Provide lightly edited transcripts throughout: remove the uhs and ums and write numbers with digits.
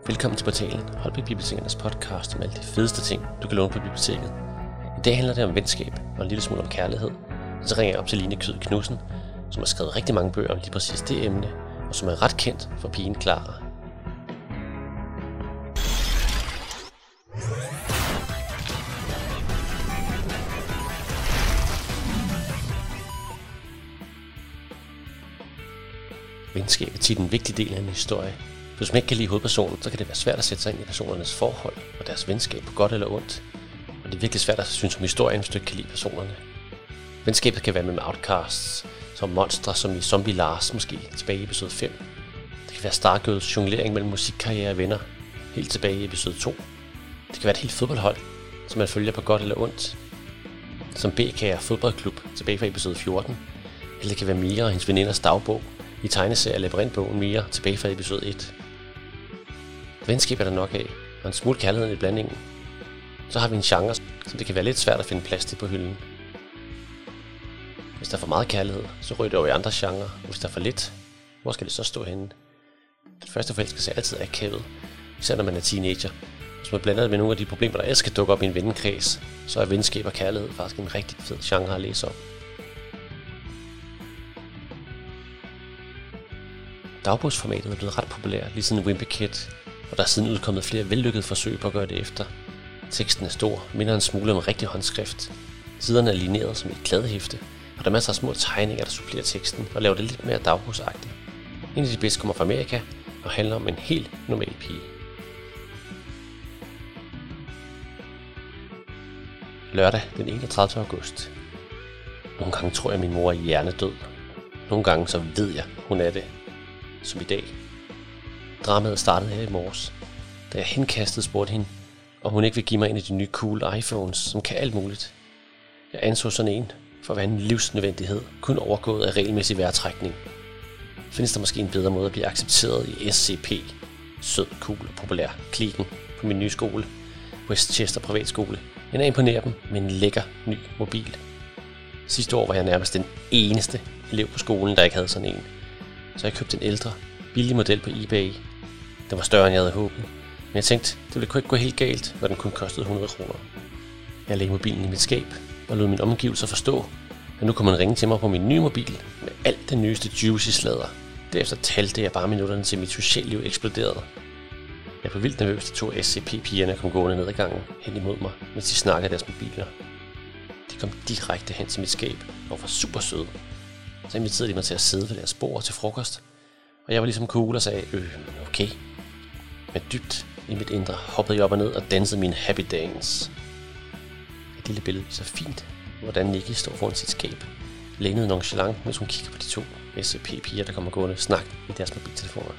Velkommen til portalen Holbæk Bibliotekernes podcast om alle de fedeste ting, du kan låne på biblioteket. I dag handler det om venskab og en lille smule om kærlighed. Så ringer jeg op til Line Kyed Knudsen, som har skrevet rigtig mange bøger om lige præcis det emne, og som er ret kendt for pigen Clara. Venskab er tit en vigtig del af en historie. Hvis man ikke kan lide hovedpersonen, så kan det være svært at sætte sig ind i personernes forhold og deres venskab på godt eller ondt. Og det er virkelig svært at synes om historien, hvis du ikke kan lide personerne. Venskabet kan være med outcasts, som monstre, som i Zombie Lars måske tilbage i episode 5. Det kan være Stargirls jonglering mellem musikkarriere og venner, helt tilbage i episode 2. Det kan være et helt fodboldhold, som man følger på godt eller ondt, som BKR fodboldklub tilbage fra episode 14. Eller det kan være Mia og hendes veninders dagbog i tegneserien Labyrintbogen Mia tilbage fra episode 1. Venskab er der nok af, og en smule kærlighed i blandingen. Så har vi en genre, som det kan være lidt svært at finde plads til på hylden. Hvis der er for meget kærlighed, så ryger det over i andre genrer. Hvis der er for lidt, hvor skal det så stå henne? Den første forelskelse er altid akavet, især når man er teenager. Hvis man blander det med nogle af de problemer, der ellers skal dukke op i en vennekreds, så er venskab og kærlighed faktisk en rigtig fed genre at læse om. Dagbogsformatet er blevet ret populært lige siden Wimpy Kid, og der er siden udkommet flere vellykkede forsøg på at gøre det efter. Teksten er stor, minder en smule om rigtig håndskrift. Siderne er lineret som et kladehæfte, og der er masser af små tegninger, der supplerer teksten og laver det lidt mere dagbogsagtigt. En af de bedste kommer fra Amerika og handler om en helt normal pige. Lørdag den 31. august. Nogle gange tror jeg, min mor er hjernedød. Nogle gange så ved jeg, hun er det. Som i dag. Dramaet startede her i morges, da jeg henkastet spurgte hende, om hun ikke vil give mig en af de nye cool iPhones, som kan alt muligt. Jeg anså sådan en for at være en livsnødvendighed, kun overgået af regelmæssig vejrtrækning. Findes der måske en bedre måde at blive accepteret i SCP, sød, cool og populær, klikken på min nye skole, Westchester Privatskole, end at imponere dem med en lækker ny mobil. Sidste år var jeg nærmest den eneste elev på skolen, der ikke havde sådan en. Så jeg købte en ældre, billig model på eBay. Den var større, end jeg havde håbet. Men jeg tænkte, det ville ikke gå helt galt, når den kun kostede 100 kroner. Jeg lagde mobilen i mit skab og lod min omgivelser forstå, at nu kunne man ringe til mig på min nye mobil med alt det nyeste juicy sladder. Derefter talte jeg bare minutterne til mit socialliv eksploderede. Jeg blev vildt nervøs, da to SCP-pigerne kom gående ned ad gangen hen imod mig, mens de snakkede deres mobiler. De kom direkte hen til mit skab og var super søde. Så inviterede de mig til at sidde ved deres bord til frokost, og jeg var ligesom cool og sagde, okay. Men dybt i mit indre hoppede jeg op og ned og dansede min happy dance. Et lille billede viser fint, hvordan Nikki står foran sit skab, lænet nonchalant, mens hun kigger på de to SCP-piger, der kommer gående og snakker i deres mobiltelefoner.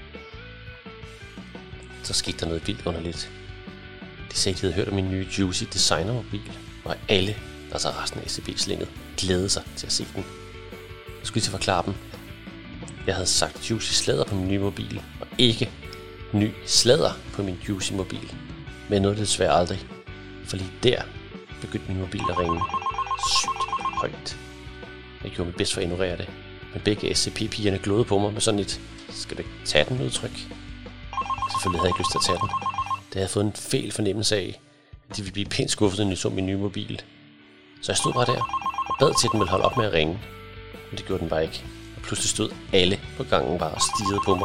Så skete der noget vildt underligt. De sagde, de havde hørt om min nye juicy designermobil, og alle, altså resten af SCP-slænget, glædede sig til at se den. Jeg skulle lige til at forklare dem. Jeg havde sagt juicy sladder på min nye mobil, og ikke ny sladder på min juicy mobil. Men noget det desværre aldrig, for lige der begyndte min mobil at ringe sygt højt. Jeg gjorde mit bedst for at ignorere det, men begge SCP-pigerne glodede på mig med sådan et, skal du ikke tage den udtryk? Selvfølgelig havde jeg ikke lyst til at tage den, da jeg havde fået en fæl fornemmelse af, at de ville blive pænt skuffet, når de så min nye mobil. Så jeg stod bare der og bad til, at den ville holde op med at ringe. Men det gjorde den bare ikke. Og pludselig stod alle på gangen bare og stirrede på mig.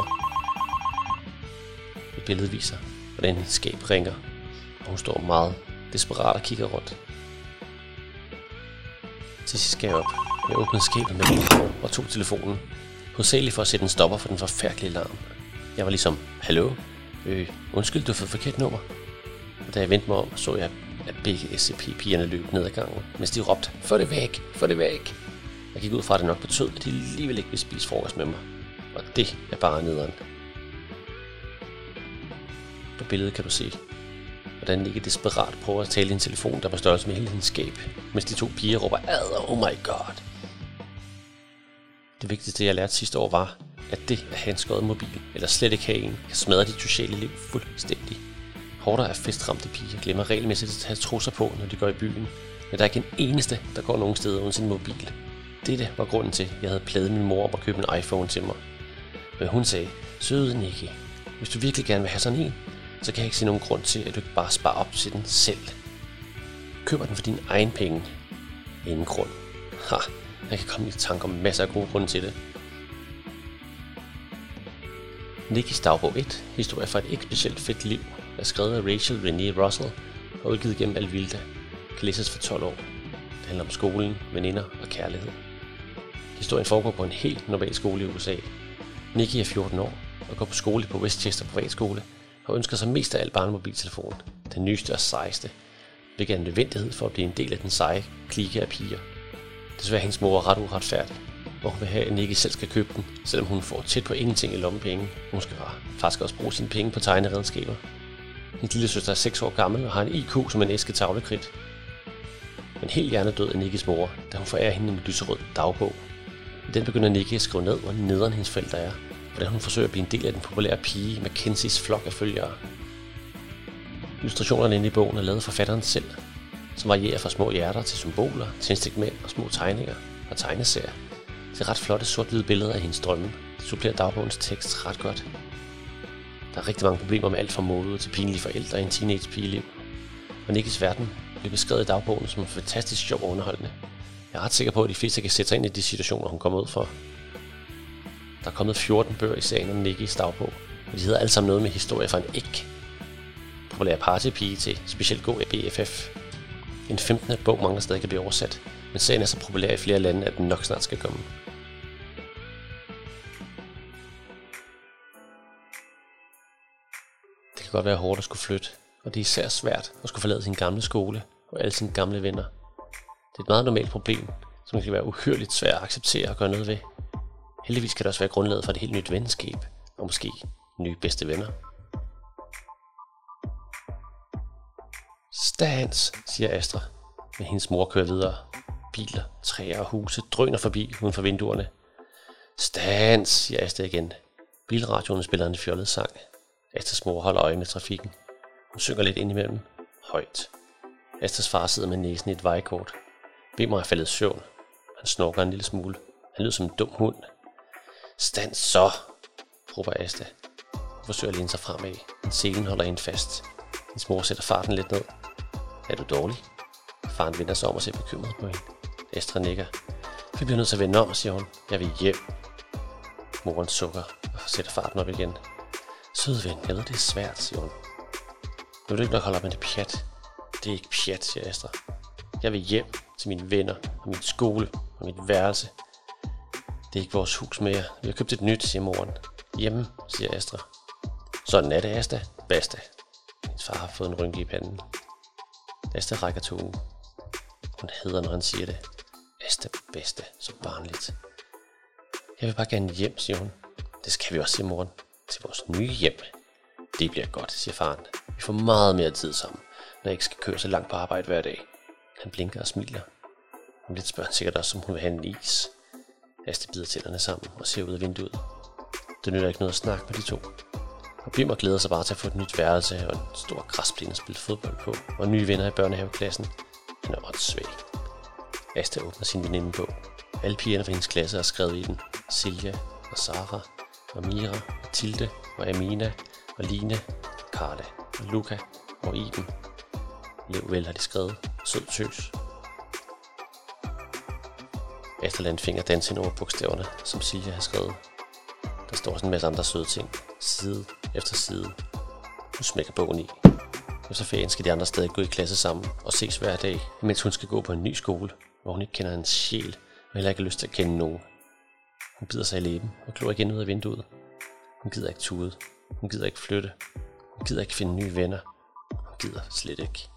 Et billede viser, hvordan hendes skab ringer, og hun står meget desperat og kigger rundt. Til sidst gav jeg op. Jeg åbnede skabet med min og tog telefonen. Hovedsageligt for at sætte en stopper for den forfærdelige larm. Jeg var ligesom, hallo? Undskyld, du har fået forkert nummer. Og da jeg vendte mig om, så jeg, at begge SCP-pigerne løb ned ad gangen, mens de råbte, få det væk, få det væk. Jeg gik ud fra, at det nok betød, at de alligevel ikke ville spise frokost med mig. Og det er bare nederen. På billedet kan du se, hvordan Nicky desperat prøver at tale i en telefon, der var størrelse med hele hendes skab, mens de to piger råber, oh my god. Det vigtigste, jeg lærte sidste år, var, at det at have en skåret mobil, eller slet ikke have en, kan smadre dit sociale liv fuldstændig. Hårder af festramte piger glemmer regelmæssigt at have trusser på, når de går i byen, men der er ikke en eneste, der går nogen steder uden sin mobil. Dette var grunden til, at jeg havde plaget min mor om at købe en iPhone til mig. Men hun sagde, søde Nikki, Hvis du virkelig gerne vil have sådan en, så kan jeg ikke se nogen grund til, at du ikke bare sparer op til den selv. Køber den for dine egen penge. Ingen grund. Jeg kan komme i tanke om masser af gode grunde til det. Nickys dagbog 1, historie fra et ikke specielt fedt liv, er skrevet af Rachel Renee Russell og udgivet gennem Alvilda. Kan læses for 12 år. Det handler om skolen, veninder og kærlighed. Historien foregår på en helt normal skole i USA. Nicky er 14 år og går på skole på Westchester Privatskole og ønsker sig mest af alt bare en mobiltelefon, den nyeste og sejeste, hvilket er en nødvendighed for at blive en del af den seje klike af piger. Desværre er hendes mor ret uretfærdig, hvor hun vil have, at Nicky selv skal købe den, selvom hun får tæt på ingenting i lommepenge. Hun skal faktisk også bruge sine penge på tegneredskaber. Hendes lille søster er 6 år gammel og har en IQ som en æske tavlekridt. Men helt hjernedød er Nickys mor, da hun forærer hende en lyserød dagbog. I den begynder Nicky at skrive ned, hvor nederen hendes forældre er, hvordan hun forsøger at blive en del af den populære pige Mackenzies flok af følgere. Illustrationerne inde i bogen er lavet af forfatteren selv, som varierer fra små hjerter til symboler, tændstikmænd og små tegninger og tegneserier til ret flotte sort-hvide billeder af hendes drømme. Det supplerer dagbogens tekst ret godt. Der er rigtig mange problemer med alt fra mode til pinlige forældre i en teenage-pigeliv. Og Nickys verden bliver beskrevet i dagbogen som fantastisk sjov og underholdende. Jeg er ret sikker på, at de fleste kan sætte sig ind i de situationer, hun kommer ud for. Der er kommet 14 bøger i serien om Nickys dagbog, og de hedder alle sammen noget med historie fra en ikke populær partypige til specielt god BFF. En 15. bog mangler stadig kan blive oversat, men serien er så populær i flere lande, at den nok snart skal komme. Det kan godt være hårdt at skulle flytte, og det er især svært at skulle forlade sin gamle skole og alle sine gamle venner. Det er et meget normalt problem, som kan være uhyrligt svært at acceptere og gøre noget ved. Heldigvis kan det også være grundlaget for et helt nyt venskab, og måske nye bedste venner. Stans, siger Astra, men hendes mor kører videre. Biler, træer og huse drøner forbi uden for vinduerne. Stans, siger Asta igen. Bilradioen spiller en fjollet sang. Astras mor holder øje med trafikken. Hun synger lidt indimellem. Højt. Astras far sidder med næsen i et vejkort. Bimmer er faldet i søvn. Han snorker en lille smule. Han lyder som en dum hund. Stans så, råber Asta. Hun forsøger at læne sig fremad, men selen holder hende fast. Hendes mor sætter farten lidt ned. Er du dårlig? Faren vender sig om og ser bekymret på hende. Astra nikker. Vi bliver nødt til at vende om, siger hun. Jeg vil hjem. Moren sukker og sætter farten op igen. Søde ven, jeg ved det er svært, siger hun. Nu vil du ikke nok holde op med det pjat. Det er ikke pjat, siger Astra. Jeg vil hjem til mine venner og min skole og mit værelse. Det er ikke vores hus mere. Vi har købt et nyt, siger moren. Hjemme, siger Astra. Sådan er det, Asta. Basta. Hendes far har fået en rynke i panden. Asta rækker tungen. Hun hader, når han siger det. Asta bedste, så barnligt. Jeg vil bare gerne hjem, siger hun. Det skal vi også, siger moren. Til vores nye hjem. Det bliver godt, siger faren. Vi får meget mere tid sammen, når jeg ikke skal køre så langt på arbejde hver dag. Han blinker og smiler. Om lidt spørger han sikkert også, om hun vil have en is. Asta bider tænderne sammen og ser ud af vinduet. Det nytter ikke noget at snakke med de to. Og Bimmer glæder sig bare til at få et nyt værelse og en stor græsplæne at spille fodbold på, og nye venner i børnehaveklassen. Han er åndssvag. Asta åbner sin venindebog. Alle pigerne fra hendes klasse er skrevet i den. Silja og Sara og Mira og Tilde og Amina og Line og Karla og Luca og Iben. Lev vel har de skrevet. Sød tøs. Asta lader en finger danse ind over bogstaverne, som Silja har skrevet. Der står også en masse andre søde ting. Side efter side. Hun smækker bogen i. Efter ferien skal de andre stadig gå i klasse sammen og ses hver dag, mens hun skal gå på en ny skole, hvor hun ikke kender en sjæl og heller ikke har lyst til at kende nogen. Hun bider sig i læben og glor igen ud af vinduet. Hun gider ikke tude. Hun gider ikke flytte. Hun gider ikke finde nye venner. Hun gider slet ikke.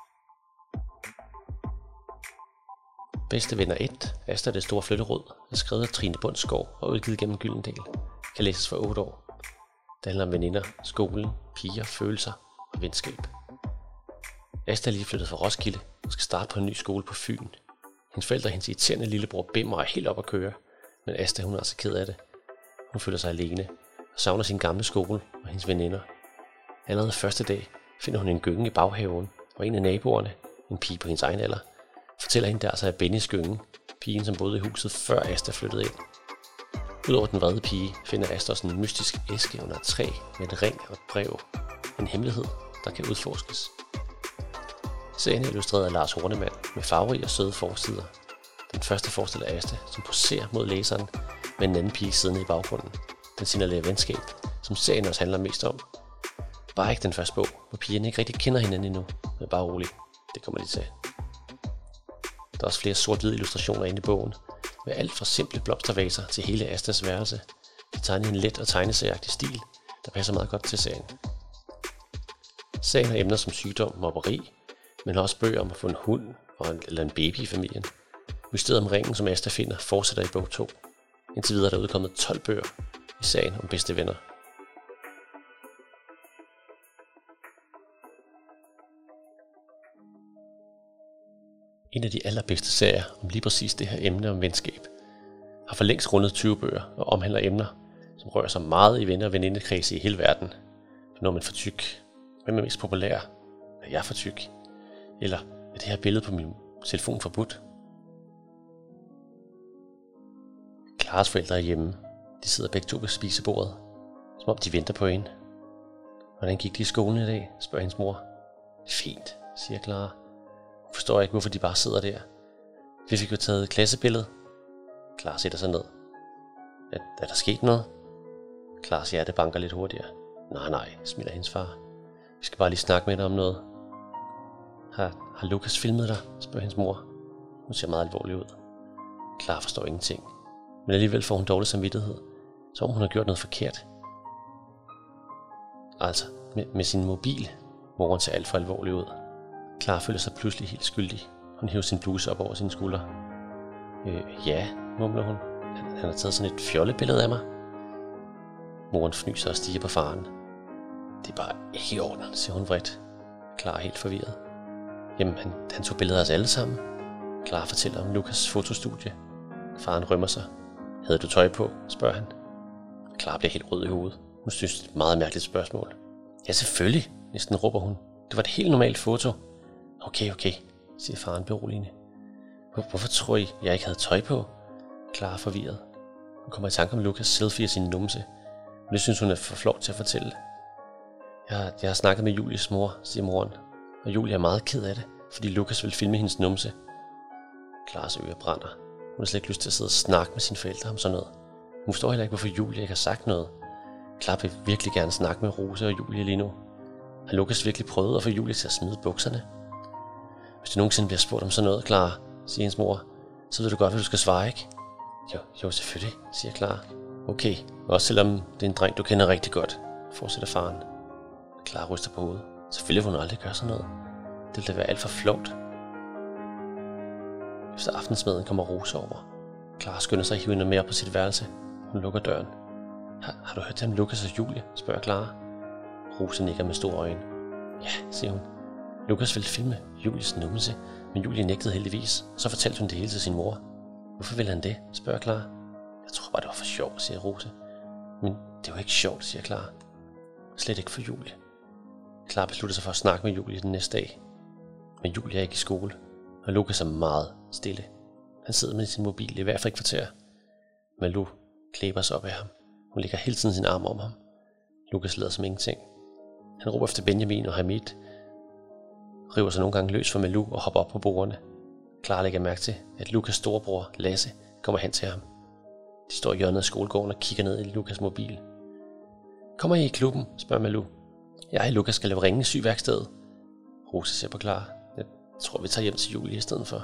Bedste venner 1, Asta det store flytteråd, er skrevet af Trine Bundsgaard og udgivet gennem Gyldendal. Kan læses for 8 år. Det handler om veninder, skolen, piger, følelser og venskab. Asta er lige flyttet fra Roskilde og skal starte på en ny skole på Fyn. Hendes forældre og hendes irriterende lillebror Bimmer er helt op at køre, men Asta hun er altså ked af det. Hun føler sig alene og savner sin gamle skole og hendes veninder. Allerede første dag finder hun en gynge i baghaven, og en af naboerne, en pige på hendes egen alder, fortæller hende der altså af Bennys gynge, pigen som boede i huset før Asta flyttede ind. Udover den vrede pige finder Asta også en mystisk æske under et træ med en ring og et brev. En hemmelighed, der kan udforskes. Serien er illustreret af Lars Hornemann med farverige og søde forsider. Den første forestiller Asta, som poserer mod læseren med en anden pige siddende i baggrunden. Den signalerer venskab, som serien også handler mest om. Bare ikke den første bog, hvor pigerne ikke rigtig kender hinanden endnu, men bare rolig. Det kommer de til. Der er også flere sort-hvide illustrationer inde i bogen, med alt fra simple blomstervaser til hele Astas værelse. De tegner en let og tegneserieagtig stil, der passer meget godt til serien. Serien har emner som sygdom, mobberi, men også bøger om at få en hund eller en baby i familien. Mysteriet om ringen, som Asta finder, fortsætter i bog 2. Indtil videre er der udkommet 12 bøger i serien om bedste venner. En af de allerbedste serier om lige præcis det her emne om venskab har for længst rundet 20 bøger og omhandler emner, som rører sig meget i venner- og venindekredse i hele verden. Når man er for tyk, hvem er mest populær? Er jeg for tyk? Eller er det her billede på min telefon forbudt? Klares forældre er hjemme. De sidder begge to ved spisebordet, som om de venter på hende. Hvordan gik de i skolen i dag? Spørger hendes mor. Fint, siger Clara. Hun forstår ikke, hvorfor de bare sidder der. Vi fik jo taget et klassebillede. Clara sætter sig ned. Er der sket noget? Klares hjerte banker lidt hurtigere. Nej, smiler hendes far. Vi skal bare lige snakke med dig om noget. Har Lukas filmet dig? Spørger hendes mor. Hun ser meget alvorlig ud. Clara forstår ingenting. Men alligevel får hun dårlig samvittighed, som om hun har gjort noget forkert. Altså, med sin mobil. Moren ser alt for alvorlig ud. Clara føler sig pludselig helt skyldig. Hun hiver sin bluse op over sine skuldre. Ja, mumler hun. Han har taget sådan et fjollebillede af mig. Moren fnyser og stiger på faren. Det er bare ikke i orden, siger hun vredt. Clara er helt forvirret. Jamen, han tog billeder af os alle sammen. Clara fortæller om Lukas fotostudie. Faren rømmer sig. Havde du tøj på? Spørger han. Clara bliver helt rød i hovedet. Hun synes, det er et meget mærkeligt spørgsmål. Ja, selvfølgelig, næsten råber hun. Det var et helt normalt foto. Okay, siger faren beroligende. Hvorfor tror I, jeg ikke havde tøj på? Clara er forvirret. Hun kommer i tanke om Lukas selfie af sin numse. Men det synes hun er for flot til at fortælle. Jeg har snakket med Julies mor, siger moren. Og Julie er meget ked af det, fordi Lukas vil filme hendes numse. Claras ører brænder. Hun har slet ikke lyst til at sidde og snakke med sine forældre om sådan noget. Hun forstår heller ikke, hvorfor Julie ikke har sagt noget. Clara vil virkelig gerne snakke med Rose og Julie lige nu. Har Lukas virkelig prøvet at få Julie til at smide bukserne? Hvis du nogensinde bliver spurgt om sådan noget, Clara, siger hendes mor, så ved du godt, hvad du skal svare, ikke? Jo, selvfølgelig, siger Clara. Okay, også selvom det er en dreng, du kender rigtig godt, fortsætter faren. Clara ryster på hovedet. Selvfølgelig vil hun aldrig gøre sådan noget. Det vil da være alt for flot. Efter aftensmaden kommer Rose over. Clara skynder sig at hive hende med op på sit værelse. Hun lukker døren. Har du hørt det om Lukas og Julie? Spørger Clara. Rose nikker med store øjne. Ja, siger hun. Lukas ville filme Julies numse, men Julie nægtede heldigvis. Så fortalte hun det hele til sin mor. Hvorfor ville han det? Spørger Clara. Jeg tror bare, det var for sjov, siger Rose. Men det var ikke sjovt, siger Clara. Slet ikke for Julie. Clara beslutter sig for at snakke med Julie den næste dag. Men Julie er ikke i skole, og Lukas er meget stille. Han sidder med sin mobil i hvert fald et kvarter. Malou klæber sig op af ham. Hun lægger hele tiden sin arm om ham. Lukas lader som ingenting. Han råber efter Benjamin og Hamid, river sig nogle gange løs fra Malou og hopper op på bordene. Clara lægger mærke til, at Lukas storebror Lasse kommer hen til ham. De står i hjørnet af skolegården og kigger ned i Lukas mobil. Kommer I klubben? Spørger Malou. Jeg og Lukas skal lave ringe i syværkstedet. Rose ser på Clara. Jeg tror, vi tager hjem til Julie i stedet for.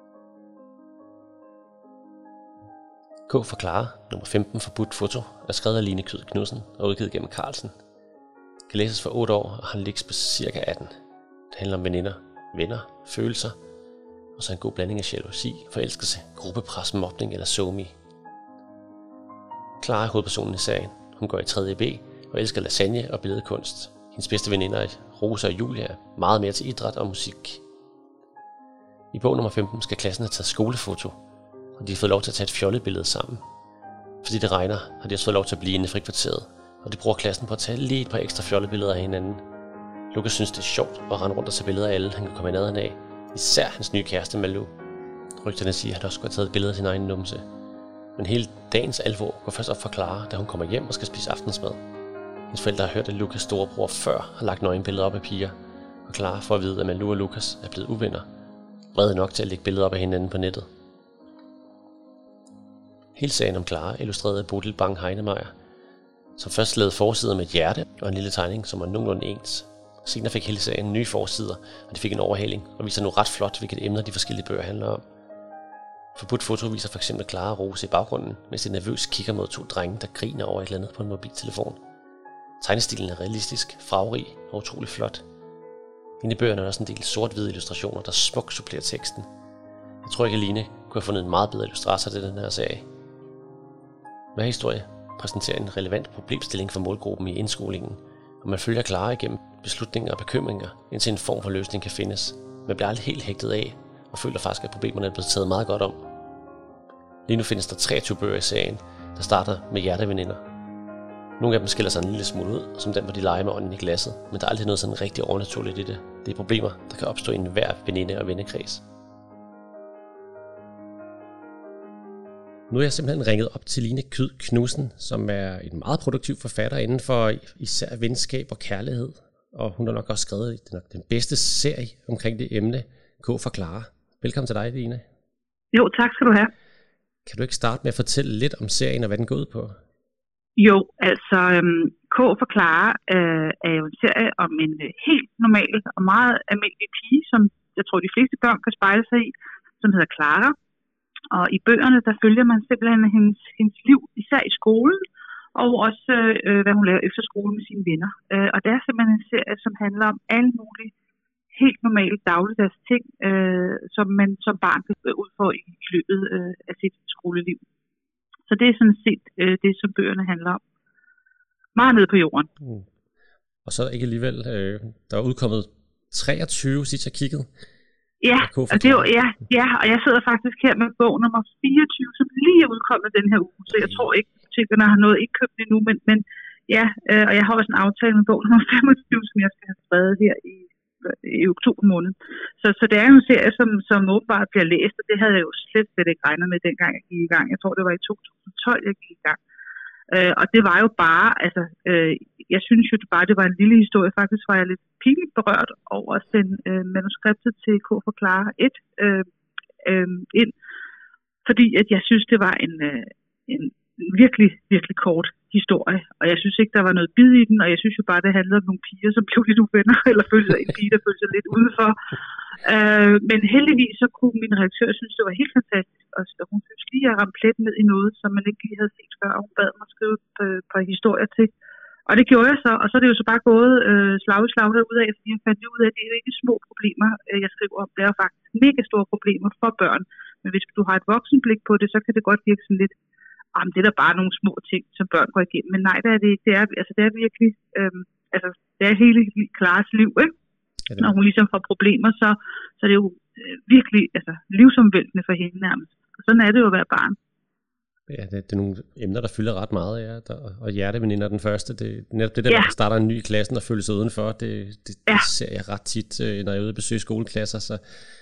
K for Clara, nummer 15 forbudt foto, er skrevet af Line Kyd Knudsen og udgivet gennem Carlsen. Kan læses for 8 år og har en liggs på ca. 18. Det handler om veninder, venner, følelser, og så en god blanding af jalousi, forelskelse, gruppepres, mobning eller somi. Clara er hovedpersonen i serien. Hun går i 3. B og elsker lasagne og billedkunst. Hendes bedste veninder, Rosa og Julia, er meget mere til idræt og musik. I bog nummer 15 skal klassen have taget skolefoto, og de har fået lov til at tage et fjollebillede sammen. Fordi det regner, har de også fået lov til at blive inde i frikvarteret, og de bruger klassen på at tage lige et par ekstra fjollebilleder af hinanden. Lukas synes, det er sjovt at rende rundt og tage billeder af alle, han kan komme i nærheden af. Især hans nye kæreste Malou. Rygterne siger, at han også skulle have taget et billede af sin egen numse. Men hele dagens alvor går først op for Clara, da hun kommer hjem og skal spise aftensmad. Hendes forældre har hørt, at Lukas' storebror før har lagt nøgenbilleder op af piger, og Clara får at vide, at Malou og Lukas er blevet uvenner, vrede nok til at lægge billeder op af hinanden på nettet. Hele sagen om Clara illustreret af Bodil Bang Heinemeier, som først lavede forsider med et hjerte og en lille tegning, som var nogenlunde ens. Senere fik hele sagen nye forsider, og de fik en overhaling og viser nu ret flot, hvilket emner de forskellige bøger handler om. Forbudt foto viser f.eks. Clara Rose i baggrunden, mens de nervøst kigger mod to drenge, der griner over et eller andet på en mobiltelefon. Tegnestilen er realistisk, farverig og utrolig flot. Inde i bøgerne er der også en del sort-hvide illustrationer, der smukt supplerer teksten. Jeg tror ikke, Aline kunne have fundet en meget bedre illustrator til den her sag. Hver historie præsenterer en relevant problemstilling for målgruppen i indskolingen, og man følger Clara igennem beslutninger og bekymringer, indtil en form for løsning kan findes. Man bliver aldrig helt hægtet af, og føler faktisk, at problemerne er blevet taget meget godt om. Lige nu findes der 23 bøger i serien, der starter med hjerteveninder. Nogle af dem skiller sig en lille smule ud, som den, hvor de leger med ånden i glasset, men der er aldrig noget sådan rigtig overnaturligt i det. Det er problemer, der kan opstå i enhver veninde- og vennekreds. Nu er jeg simpelthen ringet op til Line Kyd Knudsen, som er en meget produktiv forfatter inden for især venskab og kærlighed. Og hun har nok også skrevet den bedste serie omkring det emne, K for Clara. Velkommen til dig, Line. Jo, tak skal du have. Kan du ikke starte med at fortælle lidt om serien og hvad den går ud på? Jo, altså K for Clara er jo en serie om en helt normal og meget almindelig pige, som jeg tror de fleste børn kan spejle sig i, som hedder Clara. Og i bøgerne, der følger man simpelthen hendes liv, især i skolen, og også hvad hun laver efter skole med sine venner. Og det er simpelthen en serie, som handler om alle mulige helt normale dagligdags ting, som man som barn kan ud for i løbet af sit skoleliv. Så det er sådan set det, som bøgerne handler om. Meget nede på jorden. Og så ikke alligevel, der er udkommet 23, sidst jeg kiggede. Ja, og det er jo, og jeg sidder faktisk her med bog nummer 24, som lige er udkommet den her uge, så jeg tror ikke, at butikkerne har noget ikke købt endnu, men ja, og jeg har også en aftale med bog nummer 25, som jeg skal have skrevet her i oktober måned. Så det er jo en serie, som åbenbart bliver læst, og det havde jeg jo slet ikke regnet med, dengang jeg gik i gang. Jeg tror, det var i 2012, jeg gik i gang. Og det var jo bare, altså, jeg synes jo bare, det var en lille historie. Faktisk var jeg lidt pinligt berørt over at sende manuskriptet til K for Clara 1 ind, fordi at jeg synes, det var en virkelig, virkelig kort historie, og jeg synes ikke, der var noget bid i den, og jeg synes jo bare, det handlede om nogle piger, som blev lidt uvenner, eller følte en pige, der følte sig lidt udenfor. Men heldigvis så kunne min redaktør synes, det var helt fantastisk, og hun synes lige at ramme plet ned i noget, som man ikke lige havde set før, og hun bad mig at skrive et par historier til. Og det gjorde jeg så, og så er det jo så bare gået slag i slag derudad, fordi jeg fandt ud af, at det er jo ikke små problemer, jeg skriver om. Det er jo faktisk mega store problemer for børn, men hvis du har et voksenblik på det, så kan det godt virke sådan lidt, det er da bare nogle små ting, som børn går igennem. Men nej, det er det ikke. Det er virkelig, det er hele Claras liv, ikke? Når hun ligesom får problemer, så er det jo virkelig livsomvæltende for hende nærmest. Og sådan er det jo at være barn. Ja, det er nogle emner, der fylder ret meget, ja. Og hjerteveninder den første. Det netop det der, der starter en ny i klassen og føler sig udenfor. Det ser jeg ret tit, når jeg er ude og besøge skoleklasser. Så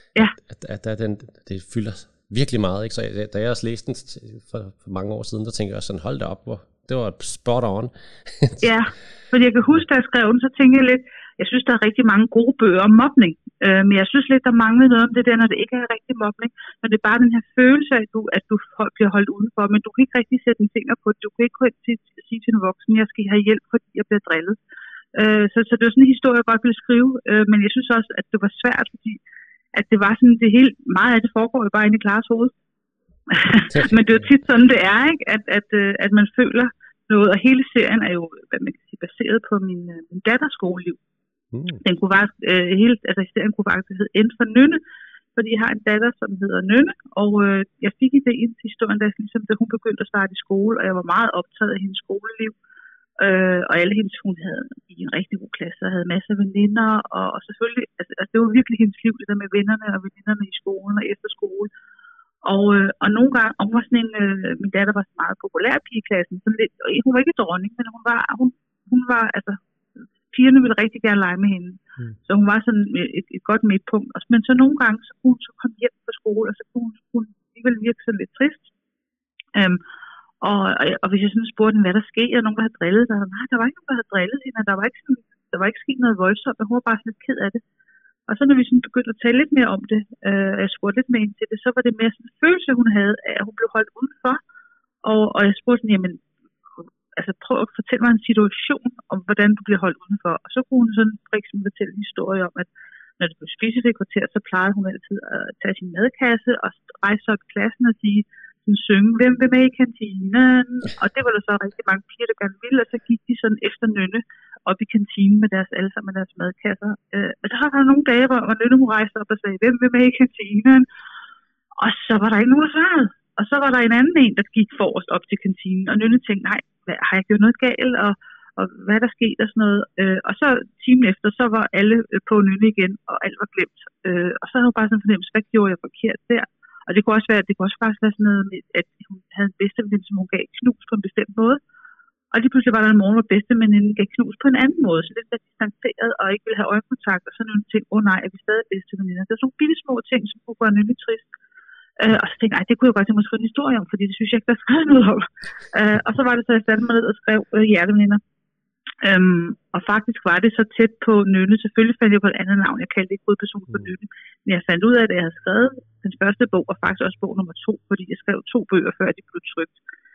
at det fylder virkelig meget, ikke? Så da jeg også læste den for mange år siden, der tænkte jeg også sådan, hold da op, det var spot on. Ja, fordi jeg kan huske, da jeg skrev den, så tænkte jeg lidt, jeg synes, der er rigtig mange gode bøger om mobning, men jeg synes lidt, der mangler noget om det der, når det ikke er rigtig mobning, men det er bare den her følelse af, at du bliver holdt udenfor, men du kan ikke rigtig sætte en finger på det, du kan ikke gå ind til at sige til en voksen, jeg skal have hjælp, fordi jeg bliver drillet. Så det var sådan en historie, jeg godt ville skrive, men jeg synes også, at det var svært, fordi at det var sådan, det hele, meget af det foregår jo bare inde i Claras hoved. Men det er jo tit sådan, det er, ikke? At man føler noget, og hele serien er jo, hvad man kan sige, baseret på min datters skoleliv. Den kunne faktisk, serien kunne faktisk hedde End for Nynne, fordi jeg har en datter, som hedder Nynne, og jeg fik idéen til historien, da hun begyndte at starte i skole, og jeg var meget optaget af hendes skoleliv. Og alle hendes, hun havde i en rigtig god klasse, og havde masser af veninder, og selvfølgelig, det var virkelig hendes liv, det der med vennerne og veninderne i skolen og efter skole. Og nogle gange, og hun var sådan en, min datter var så meget populær pige i klassen, sådan lidt, og hun var ikke dronning, men hun var, pigerne ville rigtig gerne lege med hende. Så hun var sådan et godt midtpunkt. Men så nogle gange, så kunne hun så komme hjem fra skole, og så kunne hun alligevel virke sådan lidt trist. Og hvis jeg sådan spurgte, hvad der skete, og nogen, der havde drillet dig, nej, der var ikke nogen, der havde drillet hende, der var ikke sket noget voldsomt, og hun var bare sådan lidt ked af det. Og så når vi sådan begyndte at tale lidt mere om det, og jeg spurgte lidt mere ind til det, så var det mere sådan en følelse, hun havde, af at hun blev holdt udenfor. Og jeg spurgte sådan, jamen, altså prøv at fortælle mig en situation, om hvordan du bliver holdt udenfor. Og så kunne hun sådan for eksempel fortælle en historie om, at når det blev spist i det kvarter, så plejede hun altid at tage sin madkasse og rejse sig op i klassen og sige, synge, hvem vil med i kantinen? Og det var der så rigtig mange piger, der gerne ville, og så gik de sådan efter Nynne op i kantinen med deres alle sammen med deres madkasser. Og så var der nogle dage, hvor Nynne hun rejste op og sagde, hvem vil med i kantinen? Og så var der ikke nogen, der svarede. Og så var der en anden en, der gik forrest op til kantinen, og Nynne tænkte, nej, har jeg gjort noget galt, og hvad der skete og sådan noget. Og så timen efter, så var alle på Nynne igen, og alt var glemt. Og så havde hun bare sådan en fornemmelse, hvad gjorde jeg forkert der? Og det kunne også faktisk være sådan noget med, at hun havde en bedsteveninde, som hun gav knus på en bestemt måde. Og lige pludselig var der en morgen, hvor bedsteveninde gav knus på en anden måde, så lidt distanceret og ikke ville have øjekontakt. Og så nogle ting, nej, er vi stadig bedsteveninder? Det er sådan nogle bitte små ting, som kunne gøre Nynne trist. Og så tænkte jeg, det kunne jeg godt tænke mig at skrive en historie om, fordi det synes jeg ikke, der skrev noget om. Og så var det så, jeg satte mig ned og skrev hjerteveninder. Og faktisk var det så tæt på Nynne. Selvfølgelig fandt jeg på et andet navn. Jeg kaldte ikke hovedperson for Nynne. Men jeg fandt ud af, at jeg havde skrevet den første bog, og faktisk også bog nummer 2, fordi jeg skrev 2 bøger, før de blev trykt.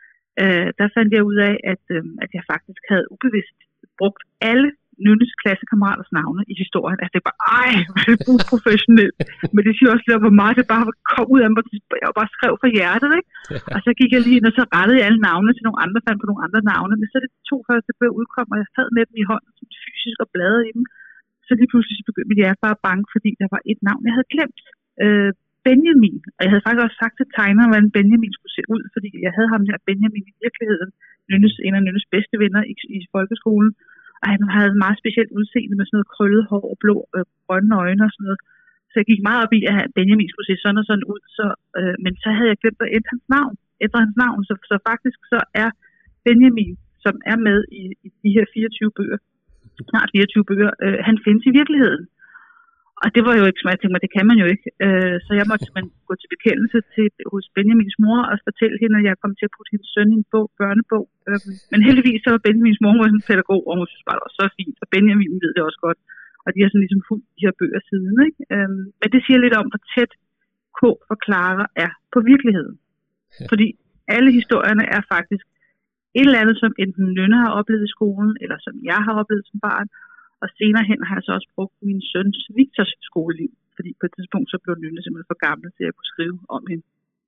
Der fandt jeg ud af, at jeg faktisk havde ubevidst brugt alle Nynnes klassekammeraters navne i historien. Altså det var hvor er det uprofessionelt. Men det siger også lidt om, hvor meget det bare kom ud af mig. Jeg bare skrev fra hjertet, ikke? Og så gik jeg lige ind, og så rettede jeg alle navne til nogle andre, fandt på nogle andre navne. Men så de 2 første bøger udkom, og jeg sad med dem i hånden, fysisk og bladrede i dem. Så lige pludselig så begyndte mit hjerte bare at banke, fordi der var et navn, jeg havde glemt. Benjamin. Og jeg havde faktisk også sagt til tegneren, hvordan Benjamin skulle se ud, fordi jeg havde ham der Benjamin i virkeligheden. En af Nynnes bedste venner i folkeskolen. Og han havde et meget specielt udseende med sådan noget krøllet hår og blå, grønne øjne og sådan noget. Så jeg gik meget op i, at Benjamin skulle se sådan og sådan ud. Men så havde jeg glemt at ændre hans navn. Så faktisk så er Benjamin, som er med i de her 24 bøger, snart 24 bøger, han findes i virkeligheden. Og det var jo ikke, som jeg tænkte mig, det kan man jo ikke. Så jeg måtte simpelthen gå til bekendelse hos Benjamins mor og fortælle hende, at jeg kom til at putte hendes søn i en børnebog. Men heldigvis så var Benjamins mor sådan en pædagog, og hun synes bare, det var så fint. Og Benjamin ved det også godt. Og de har sådan ligesom fulgt de her bøger siden. Ikke? Men det siger lidt om, hvor tæt K og Clara er på virkeligheden. Fordi alle historierne er faktisk et eller andet, som enten Nynne har oplevet i skolen, eller som jeg har oplevet som barn. Og senere hen har jeg så også brugt min søns Victors skoleliv, fordi på et tidspunkt så blev Nynne simpelthen for gammel til at kunne skrive om hende.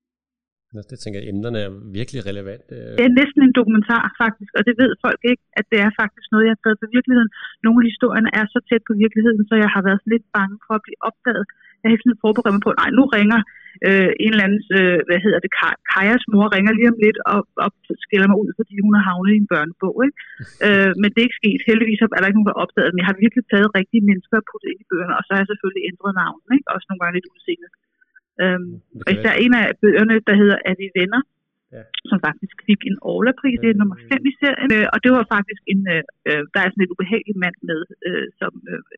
Det tænker jeg, emnerne er virkelig relevante. Det er næsten en dokumentar faktisk, og det ved folk ikke, at det er faktisk noget, jeg har taget på virkeligheden. Nogle af historierne er så tæt på virkeligheden, så jeg har været lidt bange for at blive opdaget. Jeg har ikke sådan forberedt mig på, nej, nu ringer en eller anden, Kajas mor ringer lige om lidt og skiller mig ud, fordi hun har havnet i en børnebog. Ikke? Men det er ikke sket. Heldigvis er der ikke nogen, der har opdaget, men jeg har virkelig taget rigtige mennesker og puttet ind i bøgerne, og så har jeg selvfølgelig ændret navnet, ikke? Også nogle gange lidt udseende. Og især en af bøgerne, der hedder Er vi venner, som faktisk fik en Orla-pris, det er nummer 5 i serien, og det var faktisk der er sådan et ubehageligt mand med, som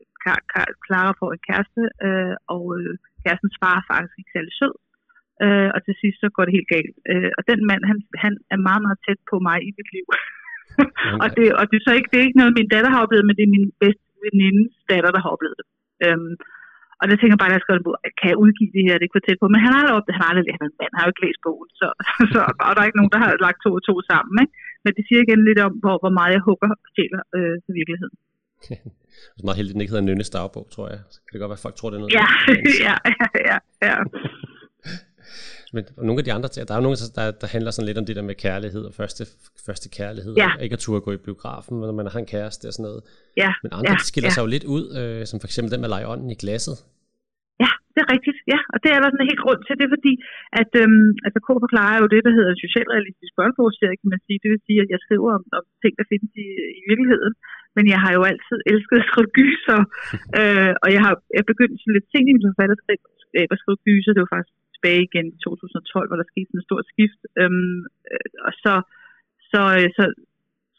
Clara får en kæreste, og kærestens far er faktisk ikke særlig sød, og til sidst så går det helt galt. Og den mand, han er meget, meget tæt på mig i mit liv. og det er så ikke, det er ikke noget, min datter har oplevet, men det er min bedste venindes datter, der har oplevet det. Og der tænker jeg bare, at jeg skal kan jeg udgive det her, det er ikke for tæt på. Men han har aldrig læst en mand, har jo ikke læst bogen, og der er ikke nogen, der har lagt 2 og 2 sammen. Ikke? Men det siger igen lidt om, hvor meget jeg hugger og stjæler til virkeligheden. Det er meget heldigt, at den ikke hedder Nynnes dagbog, tror jeg. Så kan det godt være, at folk tror, det er noget. Ja. Men nogle af de andre, der er jo nogle, der handler sådan lidt om det der med kærlighed og første kærlighed, og ikke at turde gå i biografen, når man har en kæreste og sådan noget. Ja. Men andre skiller sig jo lidt ud, som for eksempel den med lege ånden i glasset. Ja, det er rigtigt. Ja, og det er der sådan en helt grund til. Det er fordi, at K for Clara er jo det, der hedder en socialrealistisk børnebogsserie, kan man sige. Det vil sige, at jeg skriver om ting, der findes i virkeligheden. Men jeg har jo altid elsket at skrive gyser, og jeg begyndte sådan lidt ting i mit forfatterskab at skrive gyser. Det var faktisk tilbage igen i 2012, hvor der skete sådan et stort skift. Og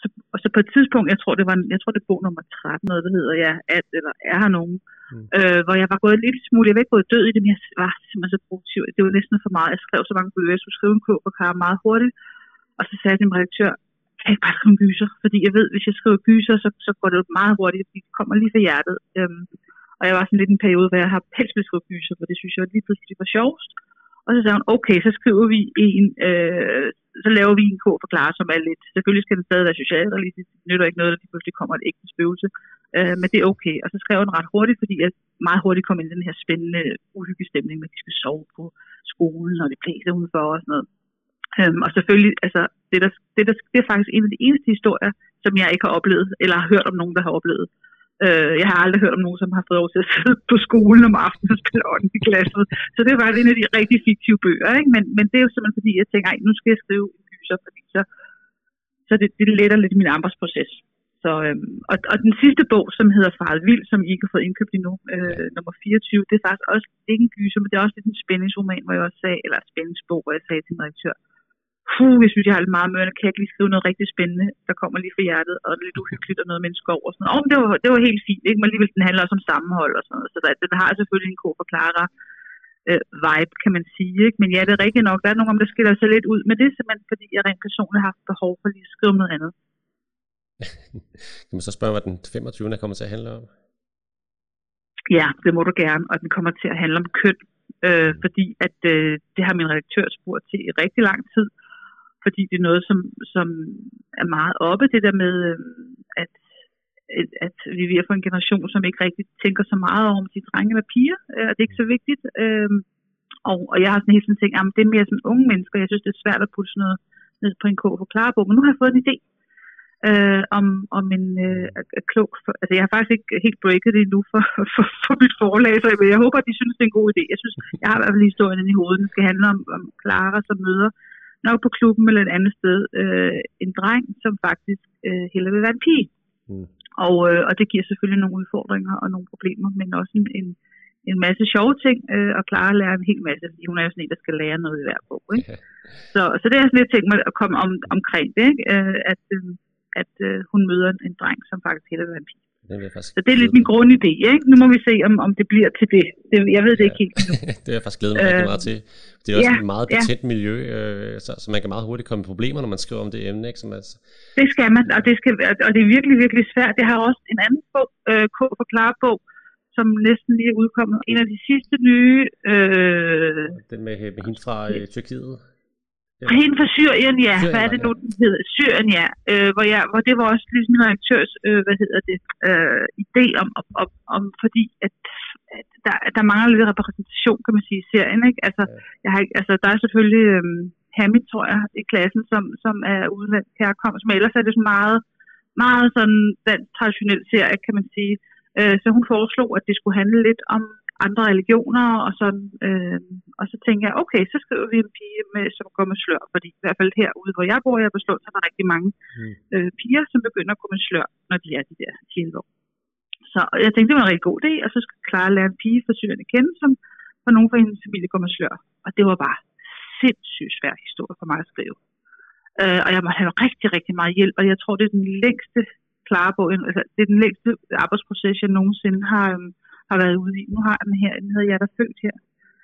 så på et tidspunkt, jeg tror det er bog nummer 13, noget der hedder, eller er her nogen, hvor jeg var gået en lille smule, jeg var ikke gået død i det, men jeg var simpelthen så produktiv. Det var næsten for meget. Jeg skrev så mange bøger, jeg skulle skrive en kog for Clara meget hurtigt, og så sagde jeg til min redaktør, kan jeg ikke bare skrive en gyser? Fordi jeg ved, hvis jeg skriver gyser, så går det meget hurtigt, fordi det kommer lige fra hjertet. Og jeg var sådan lidt en periode, hvor jeg har helst vil skrive gyser, for det synes jeg lige pludselig var sjovest. Og så sagde hun, okay, så skriver vi så laver vi en kog for Clara, som er lidt, selvfølgelig skal den stadig være socialrealistisk, det nytter ikke noget, at lige pludselig kommer et ægte spøgelse, men det er okay. Og så skrev hun ret hurtigt, fordi jeg meget hurtigt kom ind i den her spændende, uhyggestemning, med at de skal sove på skolen, og det blæser udenfor og sådan noget. Og selvfølgelig, altså, det er faktisk en af de eneste historier, som jeg ikke har oplevet, eller har hørt om nogen, der har oplevet. Jeg har aldrig hørt om nogen, som har fået lov til at sidde på skolen om aftenen og spille ånden i glasset. Så det er faktisk en af de rigtig fiktive bøger, ikke? Men det er jo simpelthen fordi, jeg tænker, nu skal jeg skrive en gyser, fordi så det letter lidt min arbejdsproces. Så, og den sidste bog, som hedder Faret Vild, som I ikke har fået indkøbt endnu, nummer 24, det er faktisk også ikke en gyser, men det er også lidt en spændingsroman, hvor jeg også sagde, eller spændingsbog, hvor jeg sagde til en redaktør, jeg synes, jeg har lidt meget mørende, kan jeg ikke lige skrive noget rigtig spændende, der kommer lige fra hjertet, og lidt uhyggeligt og noget med en skov og sådan noget. Det var helt fint, ikke? Men alligevel, den handler også om sammenhold og sådan noget, så den har selvfølgelig en kog for Clara vibe, kan man sige, ikke? Men ja, det er rigtigt nok, der er nogen, der skiller sig lidt ud, men det er simpelthen, fordi jeg rent personligt har haft behov for lige at skrive om noget andet. Kan man så spørge, hvad den 25. kommer til at handle om? Ja, det må du gerne, og den kommer til at handle om køn, fordi at det har min redaktør spurgt til i rigtig lang tid, fordi det er noget, som er meget oppe, det der med, at vi er for en generation, som ikke rigtig tænker så meget over, om de drenge eller piger, og det er ikke så vigtigt. Og jeg har sådan helt sådan tænkt, at det er mere sådan unge mennesker, jeg synes, det er svært at putte sådan noget ned på en kog for Clara bog, men nu har jeg fået en idé om en klog, altså jeg har faktisk ikke helt breaket det endnu for mit forlag, så jeg håber, at de synes, det er en god idé. Jeg synes, jeg har i hvert fald historien i hovedet, den skal handle om Clara, som møder nok på klubben eller et andet sted, en dreng, som faktisk hellere vil være en pige. Og det giver selvfølgelig nogle udfordringer og nogle problemer, men også en masse sjove ting, og Clara lærer en hel masse, fordi hun er jo sådan en, der skal lære noget i hver bog. Ikke? Så det er sådan lidt tænkt mig at komme omkring det, ikke? At hun møder en dreng, som faktisk hellere vil være en pige. Så det er lidt min grundidé, ikke? Nu må vi se, om det bliver til det. Jeg ved det ikke helt endnu. Det er jeg faktisk glædet mig rigtig meget til. Det er også et meget betændt miljø, så man kan meget hurtigt komme i problemer, når man skriver om det emne, ikke? Det skal man, og det er virkelig, virkelig svært. Jeg har også en anden bog, Kog for Clara bog, som næsten lige er udkommet. En af de sidste nye... Den med hende fra Tyrkiet? Hende fra Syrien, ja. Syrien, hvad er det nu, den hedder? Syrien, ja. Hvor det var også ligesom min redaktørs, idé om fordi at der mangler lidt repræsentation, kan man sige, i serien, ikke? Altså, der er selvfølgelig Hamid, tror jeg, i klassen, som er udlandsk herkomst, men ellers er det sådan meget, meget sådan den traditionelle serie, kan man sige. Så hun foreslog, at det skulle handle lidt om andre religioner, og sådan, og så tænkte jeg, okay, så skriver vi en pige, som går med slør, fordi i hvert fald herude, hvor jeg bor, jeg beslået, så er der rigtig mange piger, som begynder at gå med slør, når de er de der 10 år. Så jeg tænkte, det var en rigtig god idé, og så skal Clara lære en pige fra Syrien at kende, som for nogen fra hendes familie går med slør. Og det var bare sindssygt svær historie for mig at skrive. Og jeg måtte have rigtig, rigtig meget hjælp, og jeg tror, det er den længste Clara-bog, altså det er den længste arbejdsproces, jeg nogensinde har været ude i. Nu har jeg den her, den hedder Jeg er der født her.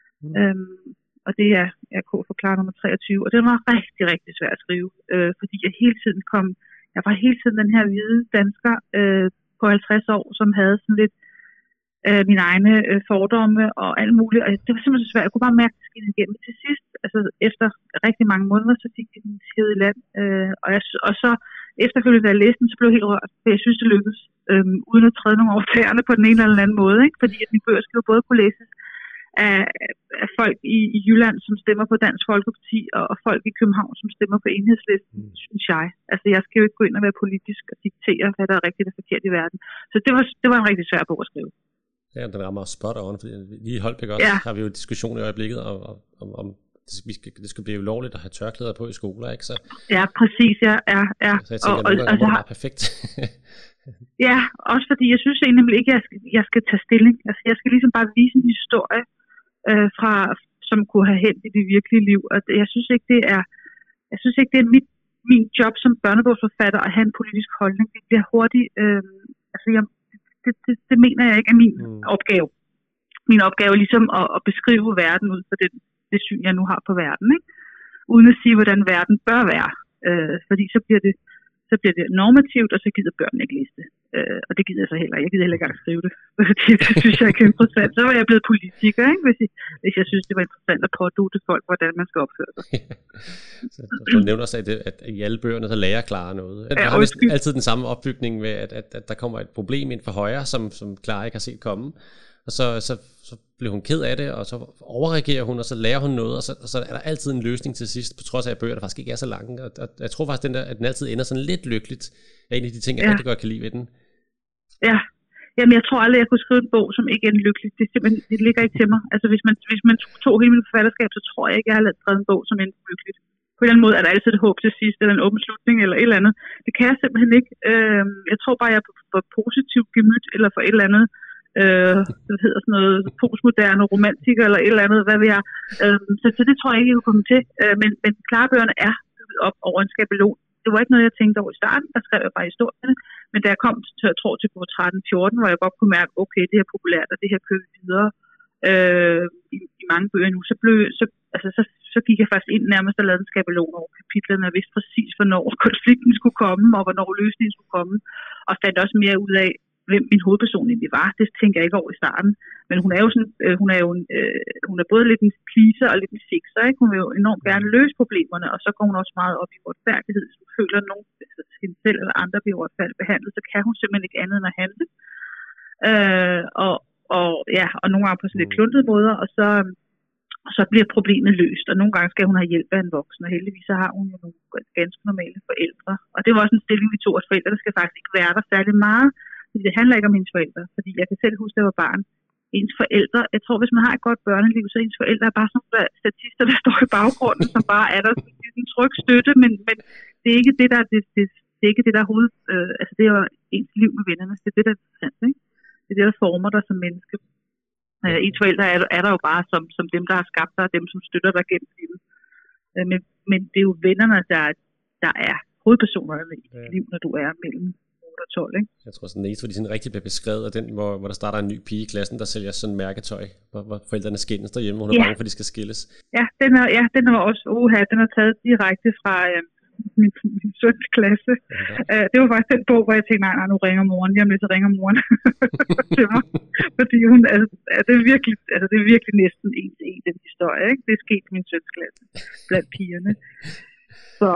Og det er K for Clara nummer 23, og det var rigtig, rigtig svært at skrive, fordi jeg var hele tiden den her hvide dansker på 50 år, som havde sådan lidt mine egne fordomme og alt muligt, og det var simpelthen så svært. Jeg kunne bare mærke, at det skete igennem til sidst. Altså efter rigtig mange måneder, så fik jeg den skide i land, og så efterfølgende, da jeg læste den, så blev jeg helt rørt, for jeg synes, det lykkedes, uden at træde nogle over tæerne på den ene eller anden måde, ikke? Fordi at mine bøger skal jo både kunne læses af folk i Jylland, som stemmer på Dansk Folkeparti, og folk i København, som stemmer på Enhedslisten, synes jeg. Altså, jeg skal jo ikke gå ind og være politisk og diktere, hvad der er rigtigt og forkert i verden. Så det var en rigtig svær bog at skrive. Ja, den rammer spot on, fordi lige i Holbæk også har vi jo diskussion i øjeblikket om det skal blive ulovligt at have tørklæder på i skoler, ikke? Så, ja, præcis, ja. Så jeg tænker, at det er perfekt. Ja, også fordi jeg synes egentlig ikke, at jeg skal tage stilling. Altså, jeg skal ligesom bare vise en historie, som kunne have hent i det virkelige liv. Og jeg synes ikke, det er min job som børnebogsforfatter at have en politisk holdning, det bliver hurtigt, det mener jeg ikke er min opgave. Min opgave er ligesom at beskrive verden ud fra det syn, jeg nu har på verden, ikke? Uden at sige, hvordan verden bør være. Fordi så bliver det normativt, og så gider børnene ikke læse det. Og det gider jeg så heller. Jeg gider heller ikke engang skrive det. Det synes jeg ikke er interessant. Så var jeg blevet politiker, ikke? Hvis jeg synes, det var interessant at pådute folk, hvordan man skal opføre sig. Så du nævner også, at i alle bøgerne, så lærer Clara noget. Der har altid den samme opbygning med, at der kommer et problem ind for højre, som Clara ikke har set komme. Og så bliver hun ked af det, og så overreagerer hun, og så lærer hun noget, og så er der altid en løsning til sidst, på trods af, at bøger der faktisk ikke er så lange. Og jeg tror faktisk, at den altid ender sådan lidt lykkeligt, er en af de ting, jeg rigtig godt kan lide ved den. Ja. Jamen, jeg tror aldrig, jeg kunne skrive en bog, som ikke ender lykkeligt. Det ligger ikke til mig. Altså, hvis man tog hele mit forfatterskab, så tror jeg ikke, jeg har skrevet en bog, som ender lykkeligt. På en eller anden måde er der altid et håb til sidst, eller en åben slutning, eller et eller andet. Det kan jeg simpelthen ikke. Jeg tror bare, jeg er for positivt gemyt, eller for et eller andet, det hedder sådan noget postmoderne romantiker eller et eller andet, hvad ved jeg. Så det tror jeg ikke, jeg kunne komme til. Men Clara-bøgerne er bygget op over en skabelon. Det var ikke noget, jeg tænkte over i starten. Der skrev jeg bare historierne. Men da jeg kom til, jeg tror, til bog 13-14, hvor jeg godt kunne mærke, okay, det her er populært, og det her kører vi videre i mange bøger nu, så gik jeg faktisk ind nærmest og lavede en skabelon over kapitlerne, og vidste præcis, hvornår konflikten skulle komme, og hvornår løsningen skulle komme. Og fandt også mere ud af, hvem min hovedperson egentlig var. Det tænker jeg ikke over i starten. Men hun er jo sådan, hun er både lidt en pleaser og lidt en fixer, ikke? Hun vil jo enormt gerne løse problemerne, og så går hun også meget op i retfærdighed. Hvis hun føler, at nogen, altså hende selv eller andre bliver retfærdigt behandlet, så kan hun simpelthen ikke andet end at handle. Og nogle gange på sådan lidt kluntede måder, og så bliver problemet løst, og nogle gange skal hun have hjælp af en voksen, og heldigvis så har hun jo nogle ganske normale forældre. Og det var også en stilling, vi tog, at forældre der skal faktisk ikke være der særlig meget. Det handler ikke om hendes forældre, fordi jeg kan selv huske, at jeg var barn. Ens forældre, jeg tror, hvis man har et godt børneliv, så ens forældre er bare sådan nogle statister, der står i baggrunden, som bare er der sådan en tryg støtte, men det er ikke det, der det er ikke det, der er hoved... altså, det er jo ens liv med vennerne, det er det, der er interessant, ikke? Det er det, der former dig som menneske. Ens forældre er der jo bare som dem, der har skabt dig, og dem, som støtter dig gennem livet. Men det er jo vennerne, der er hovedpersonerne i dit liv, når du er mellem 12, ikke? Jeg tror sådan, hvor de sådan rigtig bliver beskrevet af den, hvor der starter en ny pige i klassen, der sælger sådan mærketøj, hvor forældrene skændes derhjemme, hun er bange for, de skal skilles. Den er også, den er taget direkte fra min søns klasse. Det var faktisk den bog, hvor jeg tænkte, nej, nu ringer moren, lige om lidt, så ringer moren til mig. Fordi hun, det er virkelig næsten en til en, den historie, ikke? Det er sket i min søns klasse, blandt pigerne. Så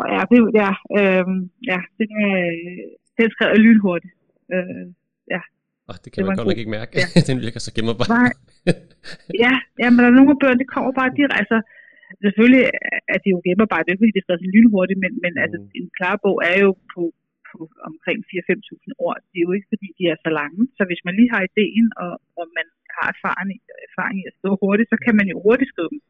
den skrev jeg lynhurtigt. Det kan man godt nok ikke mærke. Den virker så gemmerbar. Men der er nogle af bøgerne, det kommer bare direkte. Altså, selvfølgelig er det jo gemmerbart, det er ikke fordi, det er skrevet så lynhurtigt, men altså, en klar bog er jo på omkring 4-5.000 ord. Det er jo ikke fordi, de er så lange. Så hvis man lige har ideen, og man har erfaring i at skrive hurtigt, så kan man jo hurtigt skrive dem.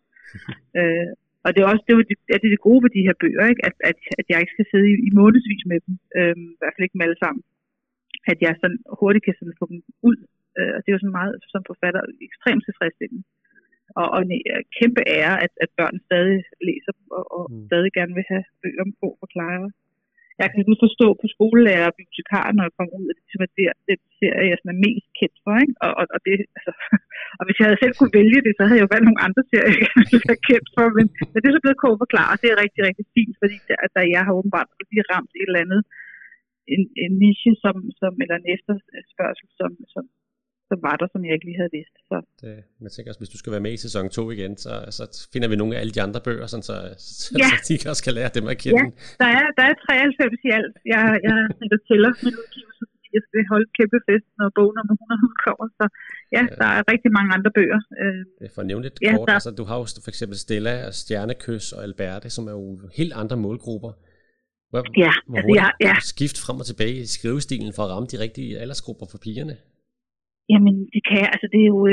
Og det er også det gode ved de her bøger, ikke? At jeg ikke skal sidde i månedsvis med dem, i hvert fald ikke med alle sammen. At jeg sådan hurtigt kan sådan få dem ud. Og det er jo sådan meget som forfatter ekstremt tilfredsstillende. Og en kæmpe ære, at børn stadig læser dem, og stadig gerne vil have bøger om på Clara. Jeg kan nu forstå på skolelærer og bibliotekarer, når jeg kommer ud, at det er den serie, jeg sådan er mest kendt for, ikke? Og det, altså, og hvis jeg havde selv kunne vælge det, så havde jeg jo valgt nogle andre serier, jeg ville være kendt for, men det er så blevet kort forklaret, det er rigtig, rigtig fint, fordi der jeg har åbenbart lige ramt et eller andet, en niche, eller en efterspørgsel, som var der, som jeg ikke lige havde vidst. Så. Jeg tænker også, hvis du skal være med i sæson 2 igen, så finder vi nogle af alle de andre bøger, så de også kan lære dem at kende. Ja, der er 93 i alt. Jeg tæller med udgivelser, fordi jeg skal holde kæmpe fest, når bogen nummer 100 udkommer. Så der er rigtig mange andre bøger. Det er for at nævne lidt kort. Altså, du har jo for eksempel Stella og Stjernekys og Alberte, som er jo helt andre målgrupper. Hvor skift frem og tilbage i skrivestilen for at ramme de rigtige aldersgrupper for pigerne? Jamen, det kan jeg. Altså, det er jo...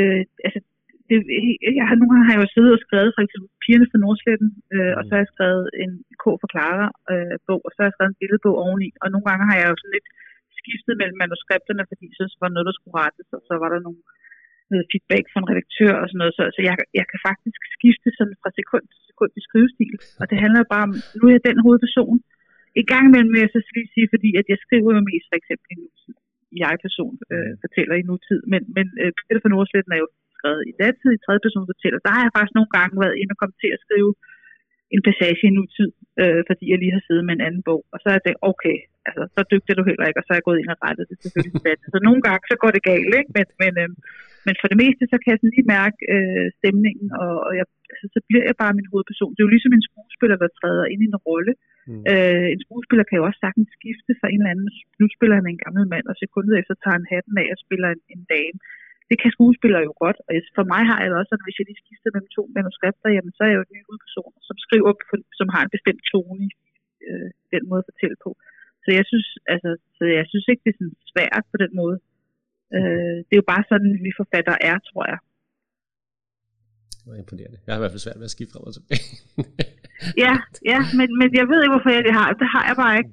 nogle gange har jeg jo siddet og skrevet for eksempel Pigerne fra Nordsletten, og så har jeg skrevet en K for Clara bog, og så har jeg skrevet en billedbog oveni. Og nogle gange har jeg jo sådan lidt skiftet mellem manuskripterne, fordi så var der noget, der skulle rettes, og så var der noget feedback fra en redaktør og sådan noget. Så jeg kan faktisk skifte sådan fra sekund til sekund i skrivestil. Og det handler jo bare om, nu er jeg den hovedperson. i gang imellem vil jeg så sige, fordi at jeg skriver jo mest for eksempel i nutid. Jeg-person fortæller i nutid, men Peter fra Nordsletten er jo skrevet i datid, i tredje person fortæller. Der har jeg faktisk nogle gange været inde og kommet til at skrive en passage i nutid, fordi jeg lige har siddet med en anden bog. Og så har jeg tænkt, okay, altså, så dygtig du heller ikke, og så er jeg gået ind og rettet det selvfølgelig tilbage. Så nogle gange, så går det galt, ikke? Men for det meste, så kan jeg sådan lige mærke stemningen, og jeg, altså, så bliver jeg bare min hovedperson. Det er jo ligesom en skuespiller, der træder ind i en rolle. En skuespiller kan jo også sagtens skifte fra en eller anden. Nu spiller han en gammel mand, og sekundet efter tager han hatten af og spiller en dame. Det kan skuespillere jo godt, og for mig har jeg også, at hvis jeg lige skifter mellem to manuskripter, jamen, så er jeg jo en ny hovedperson, som skriver, som har en bestemt tone i den måde at fortælle på. Så jeg synes ikke, det er sådan svært på den måde. Det er jo bare sådan, vi forfattere er, tror jeg. Det var imponerende. Jeg har i hvert fald svært ved at skifte frem og tilbage. ja, men jeg ved ikke, hvorfor jeg det har. Det har jeg bare ikke.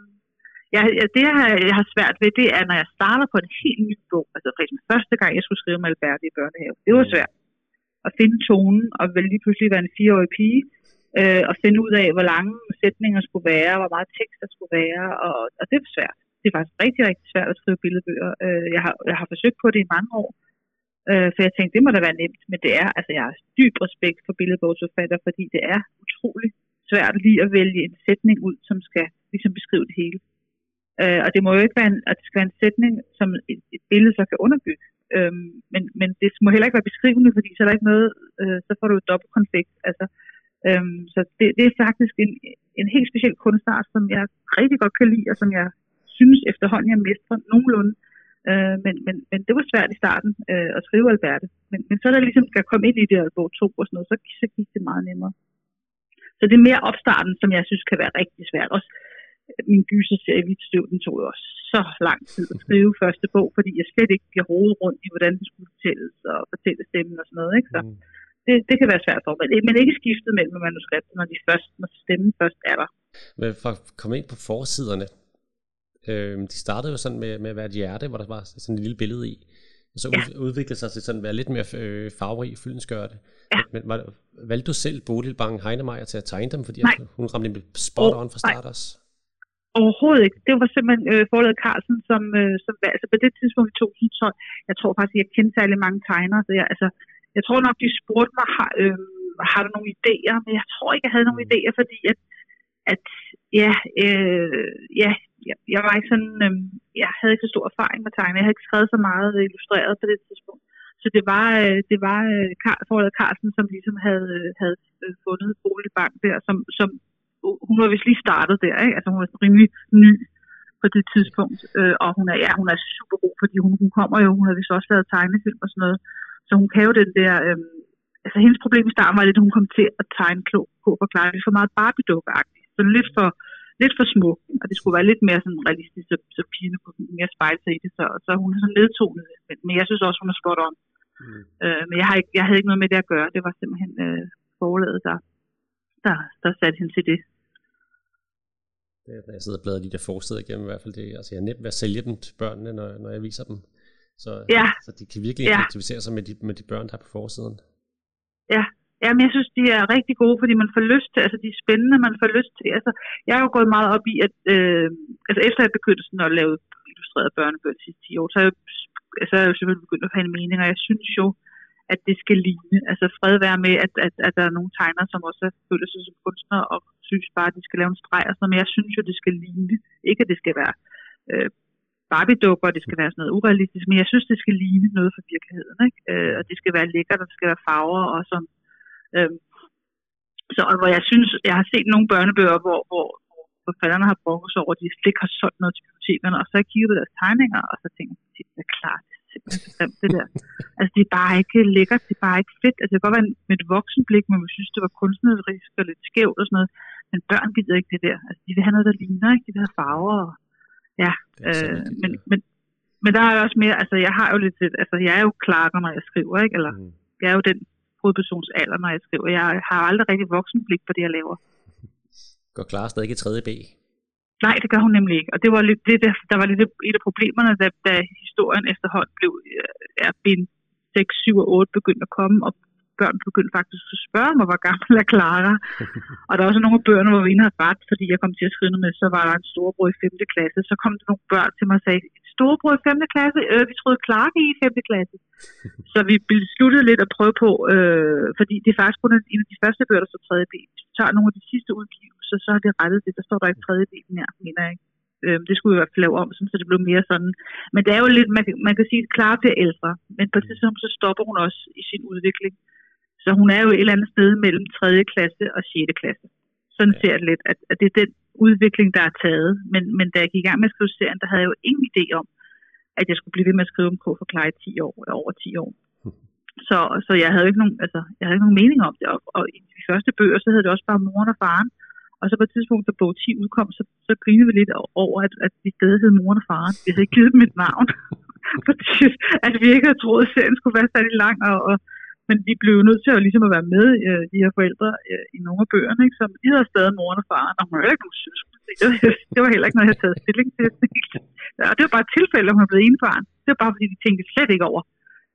Det jeg har svært ved, det er, når jeg starter på en helt ny bog. Altså for eksempel første gang, jeg skulle skrive med Alberte i børnehave. Det var svært. At finde tonen, og vel lige pludselig være en 4-årig pige, og finde ud af, hvor lange sætninger skulle være, hvor meget tekst der skulle være, og det var svært. Det er faktisk rigtig, rigtig svært at skrive billedbøger. Jeg har forsøgt på det i mange år, for jeg tænkte, det må da være nemt, men det er, altså jeg har dyb respekt for billedbogsforfatter, fordi det er utrolig svært lige at vælge en sætning ud, som skal ligesom beskrive det hele. Og det må jo ikke være at det skal være en sætning, som et billede så kan underbygge. Men det må heller ikke være beskrivende, fordi så er der ikke noget, så får du et dobbeltkonflikt. Altså, så det er faktisk en helt speciel kunstart, som jeg rigtig godt kan lide, og som jeg synes efterhånden, jeg mestrer nogenlunde. Men det var svært i starten at skrive Alberte. Men så er der ligesom skal komme ind i det her bog 2 og sådan noget, så gik det meget nemmere. Så det er mere opstarten, som jeg synes kan være rigtig svært. Også min gyserserie Hvidstøv, den tog jo også så lang tid at skrive første bog, fordi jeg slet ikke bliver rodet rundt i, hvordan den skulle fortælles og fortælle stemmen og sådan noget. Ikke? Så det kan være svært for mig. Men ikke skiftet mellem manuskripter, når stemmen først er der. Men for at komme ind på forsiderne, de startede jo sådan med at være et hjerte, hvor der var sådan et lille billede i, og så udviklede sig til sådan at være lidt mere farverig fyldensgørte. Ja. Men valgte du selv Bodil Bang Heinemeier til at tegne dem, fordi hun ramte en spot on fra start også? Overhovedet ikke. Det var simpelthen forlaget Carlsen, som altså på det tidspunkt i 2012, jeg tror faktisk, jeg kendte særlig mange tegnere, så jeg tror nok, de spurgte mig, har du nogle idéer, men jeg tror ikke, jeg havde nogle idéer, fordi jeg var ikke sådan, jeg havde ikke så stor erfaring med tegning, jeg havde ikke skrevet så meget illustreret på det tidspunkt. Så det var forlaget Carlsen, som ligesom havde fundet Bodil Bang der, som hun var vist lige startet der, ikke? Altså hun var rimelig ny på det tidspunkt, og hun er super god, fordi hun kommer jo, hun har vist også lavet tegnefilm og sådan noget, så hun kan jo den der, altså hendes problem i starten var lidt, at hun kom til at tegne klog på at forklare det for meget Barbie-dukke-agtigt, så lidt for smuk, og det skulle være lidt mere sådan realistisk, så pigerne kunne mere spejle sig i det, så hun er sådan nedtonet, men jeg synes også, hun er spot on. Men jeg havde ikke noget med det at gøre, det var simpelthen forlaget, der satte hende til det. Når jeg sidder og bladrer de der forsider igennem, i hvert fald det, altså jeg er nemt ved at sælge dem til børnene, når jeg viser dem, så de kan virkelig identificere sig med de børn, der er på forsiden. Ja, men jeg synes, de er rigtig gode, fordi man får lyst til, altså de er spændende, man får lyst til, altså jeg har jo gået meget op i, at altså efter jeg begyndte sådan at lave illustrerede børnebøger de sidste 10 år, så er jeg jo selvfølgelig begyndt at have en mening, og jeg synes jo, at det skal ligne. Altså fred være med, at der er nogle tegnere, som også føler sig som kunstnere, og synes bare, at de skal lave en streg og sådan noget, men jeg synes jo, det skal ligne. Ikke, at det skal være Barbie-dukker, og det skal være sådan noget urealistisk, men jeg synes, det skal ligne noget for virkeligheden, ikke? Og det skal være lækkert, og det skal være farver og sådan. Så hvor jeg synes, jeg har set nogle børnebøger, hvor forfatterne har brugt sig over, at de slet ikke har solgt noget til bibliotekerne, og så har jeg kigget på deres tegninger, og så tænker jeg, det er klart, simpelthen så grimt, det der. Altså, det er bare ikke lækkert, det er bare ikke fedt. Altså, det kan godt være med et voksenblik, men man synes, det var kunstnerisk og lidt skævt og sådan noget. Men børn gider ikke det der. Altså, de vil have noget, der ligner, ikke? De vil have farver. Og, ja, men der er jo også mere, altså, jeg har jo lidt, altså, jeg er jo klarker, når jeg skriver, ikke? Eller, jeg er jo den hovedpersons alder, når jeg skriver. Jeg har aldrig rigtig voksenblik på det, jeg laver. Går Clara stadig i 3. B? Nej, det gør hun nemlig ikke. Og det var lidt, der var lidt et af problemerne, da historien efterhånden blev bind 6, 7 og 8 begyndte at komme, og børn begyndte faktisk at spørge mig, hvor gammel er Clara. Og der var også nogle af bøgerne, hvor vi inde havde ret, fordi jeg kom til at skrive med, så var der en storebror i 5. klasse. Så kom der nogle børn til mig og sagde, storebror i 5. klasse? Vi troede Clara gik i 5. klasse. Så vi besluttede lidt at prøve på, fordi det er faktisk kun en af de første bøger, der står 3. del. Hvis vi tager nogle af de sidste udgivelser, så har det rettet det. Der står der ikke 3. del mere, mener jeg ikke. Det skulle vi i hvert fald lave om, så det blev mere sådan. Men det er jo lidt, man kan sige, at Clara bliver ældre, men på det tidspunkt så stopper hun også i sin udvikling. Så hun er jo et eller andet sted mellem 3. klasse og 6. klasse. Sådan ser det lidt, at det er den udvikling, der er taget. Men da jeg gik i gang med at skrive serien, der havde jeg jo ingen idé om, at jeg skulle blive ved med at skrive om K for Clara i 10 år, eller over 10 år. Så jeg havde ikke nogen mening om det. Og i de første bøger, så hed det også bare moren og faren. Og så på et tidspunkt, da bog 10 udkom, så grinede vi lidt over, at vi stadig hed moren og faren. Vi havde ikke givet dem et navn. At vi ikke havde troet, at serien skulle være særlig lang. Men vi blev jo nødt til at, ligesom at være med, de her forældre, i nogle af bøgerne. Ikke? Så de havde stadig moren og faren, og hun havde ikke nogen søskende. Det var heller ikke noget, jeg havde taget stilling til. Og det var bare et tilfælde, at hun var blevet enefaren. Det var bare, fordi de tænkte slet ikke over.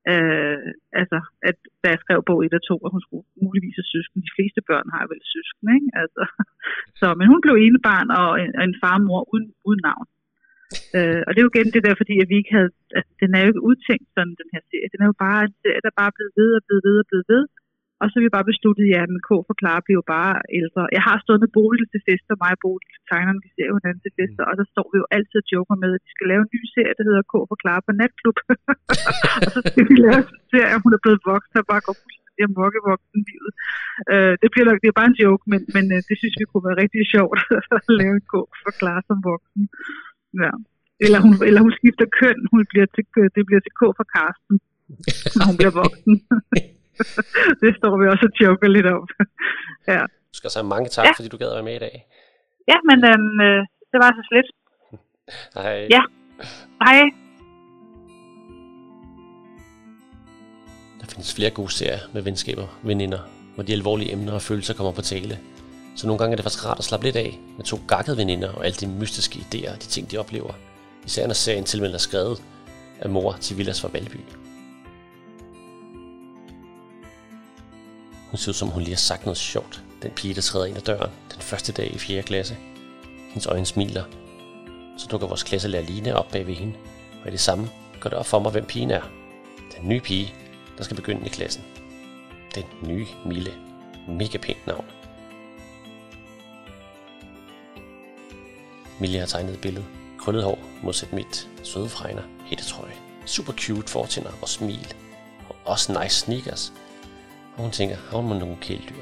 At da jeg skrev bog 1 og 2, at hun skulle muligvis have søsken. De fleste børn har vel søsken, ikke? Men hun blev enebarn og en far og mor uden navn. Og det er jo igen det der, fordi at vi ikke havde, den er jo ikke udtænkt sådan, den her serie. Den er jo bare en serie, der bare er blevet ved. Og så har vi bare besluttet, ja, men K for Clara bliver jo bare ældre. Jeg har stået med Bodil til fester, mig og Bodil tegnerne, vi ser jo hinanden til fester, og der står vi jo altid og joker med, at vi skal lave en ny serie, der hedder K for Clara på natklub. Og så skal vi lave en serie, at hun er blevet voksen, og bare går fuldstændig amok i voksenlivet. Det er bare en joke, men det synes vi kunne være rigtig sjovt at lave en K for Clara som voksen. Ja. Eller hun skifter køn, det bliver til K for Karsten, når hun bliver voksen. Det står vi også og joker lidt om. Ja. Du skal så have mange tak, fordi du gad at være med i dag. Ja, men det var så slet. Hej. Ja, hej. Der findes flere gode serier med venskaber, veninder, hvor de alvorlige emner og følelser kommer på tale. Så nogle gange er det faktisk rart at slappe lidt af med 2 gakkede veninder og alle de mystiske idéer og de ting, de oplever. Især når serien tilmelder er skrevet af mor til Villas fra Valby. Hun ser ud som hun lige har sagt noget sjovt. Den pige, der træder ind ad døren den første dag i 4. klasse. Hendes øjne smiler. Så dukker vores klasselærer Line op bag ved hende. Og i det samme går det op for mig, hvem pigen er. Den nye pige, der skal begynde i klassen. Den nye Mille. Mega pænt navn. Mille har tegnet et billede. Krøllet hår modsat mit. Søde fregner. Hættetrøje. Super cute fortænder og smil. Og også nice sneakers. Og hun tænker, har hun nogle kæledyr?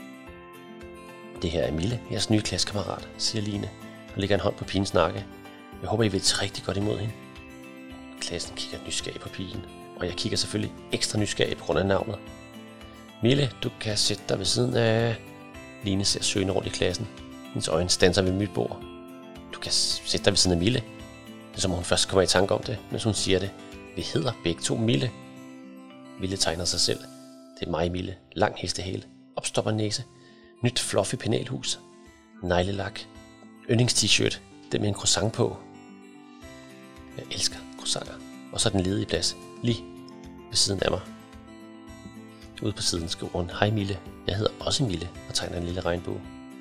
Det her er Mille, jeres nye klassekammerat, siger Line, og lægger en hånd på pigens nakke. Jeg håber, I vil tage rigtig godt imod hende. Klassen kigger nysgerrig på pigen, og jeg kigger selvfølgelig ekstra nysgerrig på grund af navnet. Mille, du kan sætte dig ved siden af... Line ser søgende rundt i klassen. Hendes øjne standser ved mit bord. Du kan sætte dig ved siden af Mille. Det er som hun først kommer i tanke om det, mens hun siger det. Vi hedder begge 2 Mille. Mille tegner sig selv. Det er mig, Mille. Lang hestehale. Opstopper næse. Nyt fluffy penalhus. Neglelak. Yndlings-t-shirt. Det med en croissant på. Jeg elsker croissanter. Og så den ledige plads. Lige ved siden af mig. Ude på siden skriver hun, hej Mille. Jeg hedder også Mille og tegner en lille regnbue.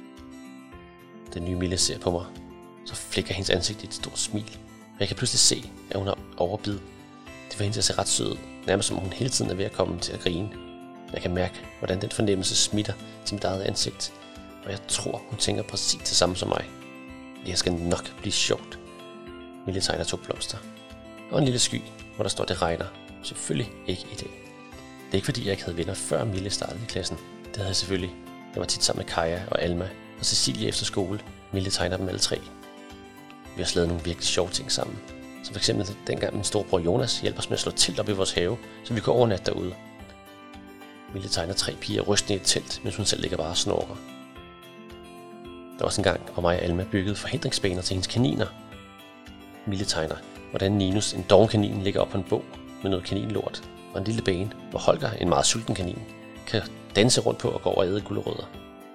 Den nye Mille ser på mig. Så flikker hendes ansigt i et stort smil. Og jeg kan pludselig se, at hun har overbid. Det får hende til at se ret sød ud. Nærmest som hun hele tiden er ved at komme til at grine. Jeg kan mærke, hvordan den fornemmelse smitter til mit eget ansigt, og jeg tror, hun tænker præcis det samme som mig. Det her skal nok blive sjovt. Mille tegner 2 blomster, og en lille sky, hvor der står, det regner. Selvfølgelig ikke i dag. Det er ikke fordi, jeg ikke havde venner før Mille startede i klassen. Det havde jeg selvfølgelig. Jeg var tit sammen med Kaja og Alma og Cecilie efter skole. Mille tegner dem alle 3. Vi har slået nogle virkelig sjove ting sammen. Som for eksempel dengang min storebror Jonas hjælper os med at slå telt op i vores have, så vi kan overnatte derude. Mille tegner 3 piger rystende i et telt, mens hun selv ligger bare og snorker. Der var også en gang, hvor mig og Alma byggede forhindringsbaner til hendes kaniner. Mille tegner, hvordan Ninus, en dovenkanin, ligger op på en bog med noget kaninlort, og en lille bane, hvor Holger, en meget sulten kanin, kan danse rundt på og gå over og æde gulerødder.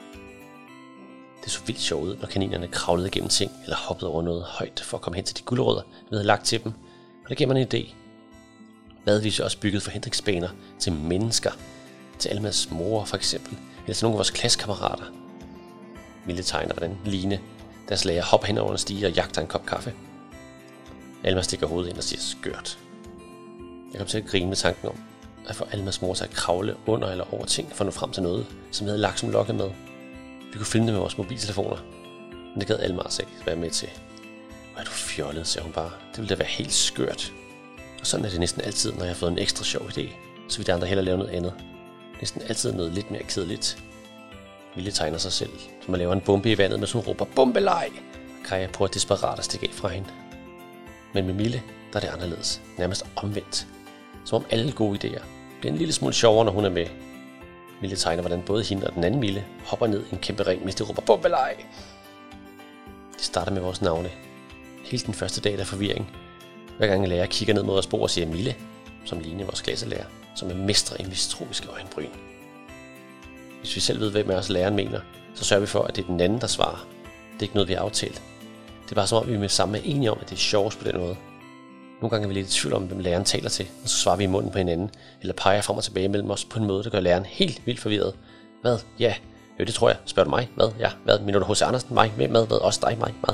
Det så vildt sjovt ud, når kaninerne kravlede igennem ting eller hoppede over noget højt for at komme hen til de gulerødder, vi havde lagt til dem, og det gav mig en idé. Hvad hvis jeg også byggede forhindringsbaner til mennesker? til Almas mor for eksempel, eller til nogle af vores klassekammerater. Mille tegner, hvordan Line, deres lærer, hopper hen over en stige og jagter en kop kaffe. Alma stikker hovedet ind og siger skørt. Jeg kom til at grine med tanken om, at få Almas mor til at kravle under eller over ting for at nå frem til noget, som vi havde lagt som lokke med. Vi kunne filme det med vores mobiltelefoner, men det gad Alma altså ikke være med til. Hvor er du fjollet, siger hun bare. Det ville da være helt skørt. Og sådan er det næsten altid, når jeg har fået en ekstra sjov idé, så vil de andre hellere lave noget andet. Næsten altid noget lidt mere kedeligt. Mille tegner sig selv, som at lave en bombe i vandet, mens hun råber bombeleg. Kaja prøver desperat at stikke af fra hende. Men med Mille, der er det anderledes. Nærmest omvendt. Som om alle gode idéer bliver en lille smule sjovere, når hun er med. Mille tegner, hvordan både hende og den anden Mille hopper ned i en kæmpe ring, mens de råber bombeleg. De starter med vores navne. Hele den første dag der er forvirring. Hver gang en lærer kigger ned mod vores bord og siger Mille, som Line, vores klasselærer, som er mestre i mistroiske øjenbryn. Hvis vi selv ved, hvem af os læreren mener, så sørger vi for, at det er den anden, der svarer. Det er ikke noget, vi har aftalt. Det er bare som om, vi med sammen er enige om, at det er sjovest på den måde. Nogle gange er vi lidt i tvivl om, hvem læreren taler til, og så svarer vi i munden på hinanden, eller peger frem og tilbage mellem os på en måde, der gør læreren helt vildt forvirret. Hvad? Ja. Jo, det tror jeg. Spørger du mig? Hvad? Ja. Hvad? Mener du H.C. Andersen? Mig? Hvem? Hvad? Også dig? Mig? Hvad?